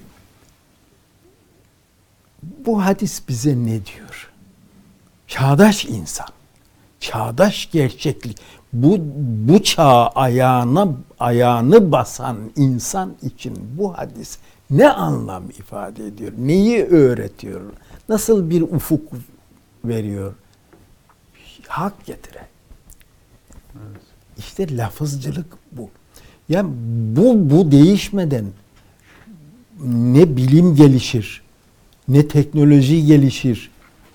[SPEAKER 3] bu hadis bize ne diyor? Çağdaş insan, çağdaş gerçeklik, bu çağa ayağını basan insan için bu hadis ne anlam ifade ediyor? Neyi öğretiyor? Nasıl bir ufuk veriyor? Hak getire.
[SPEAKER 2] Evet.
[SPEAKER 3] İşte lafızcılık bu. Yani bu değişmeden ne bilim gelişir, ne teknoloji gelişir,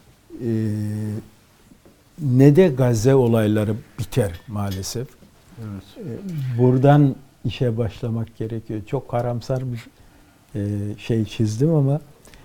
[SPEAKER 3] ne de Gazze olayları biter maalesef.
[SPEAKER 2] Evet.
[SPEAKER 3] Buradan işe başlamak gerekiyor. Çok karamsar bir şey çizdim ama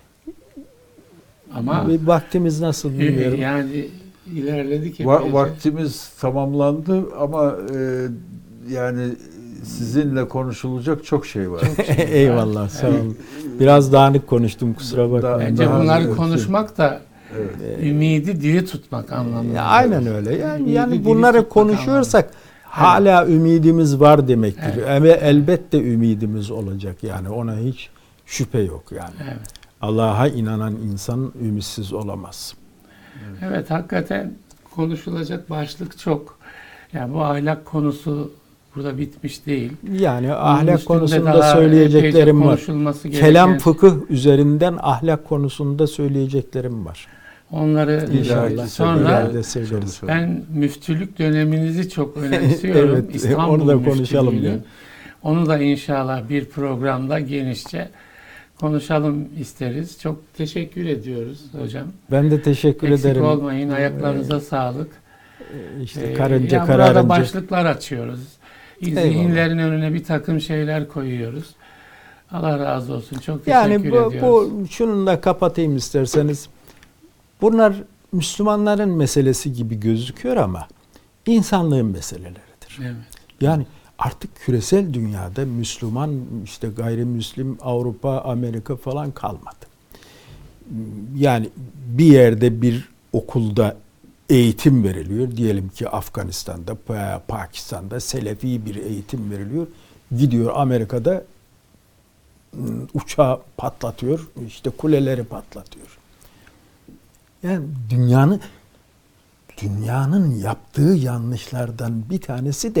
[SPEAKER 3] vaktimiz nasıl bilmiyorum.
[SPEAKER 1] Yani ilerledik.
[SPEAKER 2] Vaktimiz tamamlandı ama yani sizinle konuşulacak çok şey var.
[SPEAKER 3] Eyvallah, sağ olun. Biraz dağınık konuştum, kusura bakmayın.
[SPEAKER 1] Bence bunları konuşmak da ümidi diri tutmak anlamında.
[SPEAKER 3] Aynen öyle. Yani bunları konuşuyorsak hala ümidimiz var demektir. Evet. Elbette ümidimiz olacak, yani ona hiç şüphe yok yani. Evet. Allah'a inanan insan ümitsiz olamaz.
[SPEAKER 1] Evet, hakikaten konuşulacak başlık çok. Yani bu ahlak konusu burada bitmiş değil.
[SPEAKER 3] Yani ahlak konusunda söyleyeceklerim var. Kelam fıkıh üzerinden ahlak konusunda söyleyeceklerim var.
[SPEAKER 1] Onları
[SPEAKER 3] İnşallah
[SPEAKER 1] sonra
[SPEAKER 3] söyleriz.
[SPEAKER 1] Ben müftülük döneminizi çok önemsiyorum.
[SPEAKER 3] Evet,
[SPEAKER 1] İstanbul
[SPEAKER 3] onu da konuşalım
[SPEAKER 1] müftülüğünü.
[SPEAKER 3] ya.
[SPEAKER 1] Onu da inşallah bir programda genişçe konuşalım isteriz. Çok teşekkür ediyoruz hocam.
[SPEAKER 3] Ben de teşekkür ederim.
[SPEAKER 1] Eksik olmayın. Ayaklarınıza sağlık.
[SPEAKER 3] İşte karınca
[SPEAKER 1] burada başlıklar açıyoruz. Zihinlerin önüne bir takım şeyler koyuyoruz. Allah razı olsun. Çok teşekkür ediyoruz.
[SPEAKER 3] Yani şununla kapatayım isterseniz. Bunlar Müslümanların meselesi gibi gözüküyor ama insanlığın meseleleridir.
[SPEAKER 1] Evet.
[SPEAKER 3] Yani artık küresel dünyada Müslüman, işte gayrimüslim, Avrupa, Amerika falan kalmadı. Yani bir yerde bir okulda eğitim veriliyor. Diyelim ki Afganistan'da veya Pakistan'da Selefi bir eğitim veriliyor. Gidiyor Amerika'da uçağı patlatıyor, işte kuleleri patlatıyor. Yani dünyanın yaptığı yanlışlardan bir tanesi de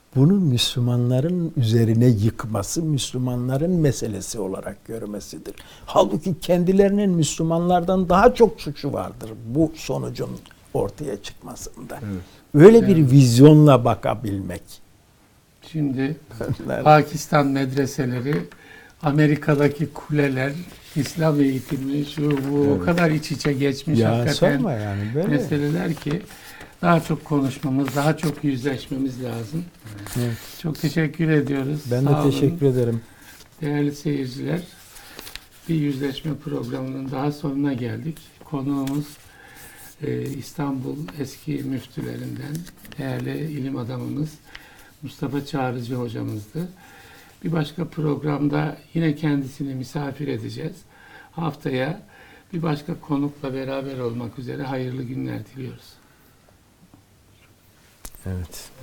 [SPEAKER 3] bunu Müslümanların üzerine yıkması, Müslümanların meselesi olarak görmesidir. Halbuki kendilerinin Müslümanlardan daha çok suçu vardır bu sonucun ortaya çıkmasında.
[SPEAKER 2] Evet.
[SPEAKER 3] Öyle bir vizyonla bakabilmek.
[SPEAKER 1] Şimdi Pakistan medreseleri, Amerika'daki kuleler, İslam eğitimi, şu bu o kadar iç içe geçmiş
[SPEAKER 3] Ya
[SPEAKER 1] hakikaten
[SPEAKER 3] sorma yani böyle.
[SPEAKER 1] meseleler ki daha çok konuşmamız, daha çok yüzleşmemiz lazım.
[SPEAKER 3] Evet.
[SPEAKER 1] Çok teşekkür ediyoruz.
[SPEAKER 3] Ben de
[SPEAKER 1] Sağ olun.
[SPEAKER 3] teşekkür ederim.
[SPEAKER 1] Değerli seyirciler, bir yüzleşme programının daha sonuna geldik. Konuğumuz İstanbul eski müftülerinden değerli ilim adamımız Mustafa Çağrıcı hocamızdı. Bir başka programda yine kendisini misafir edeceğiz. Haftaya bir başka konukla beraber olmak üzere hayırlı günler diliyoruz.
[SPEAKER 3] Evet.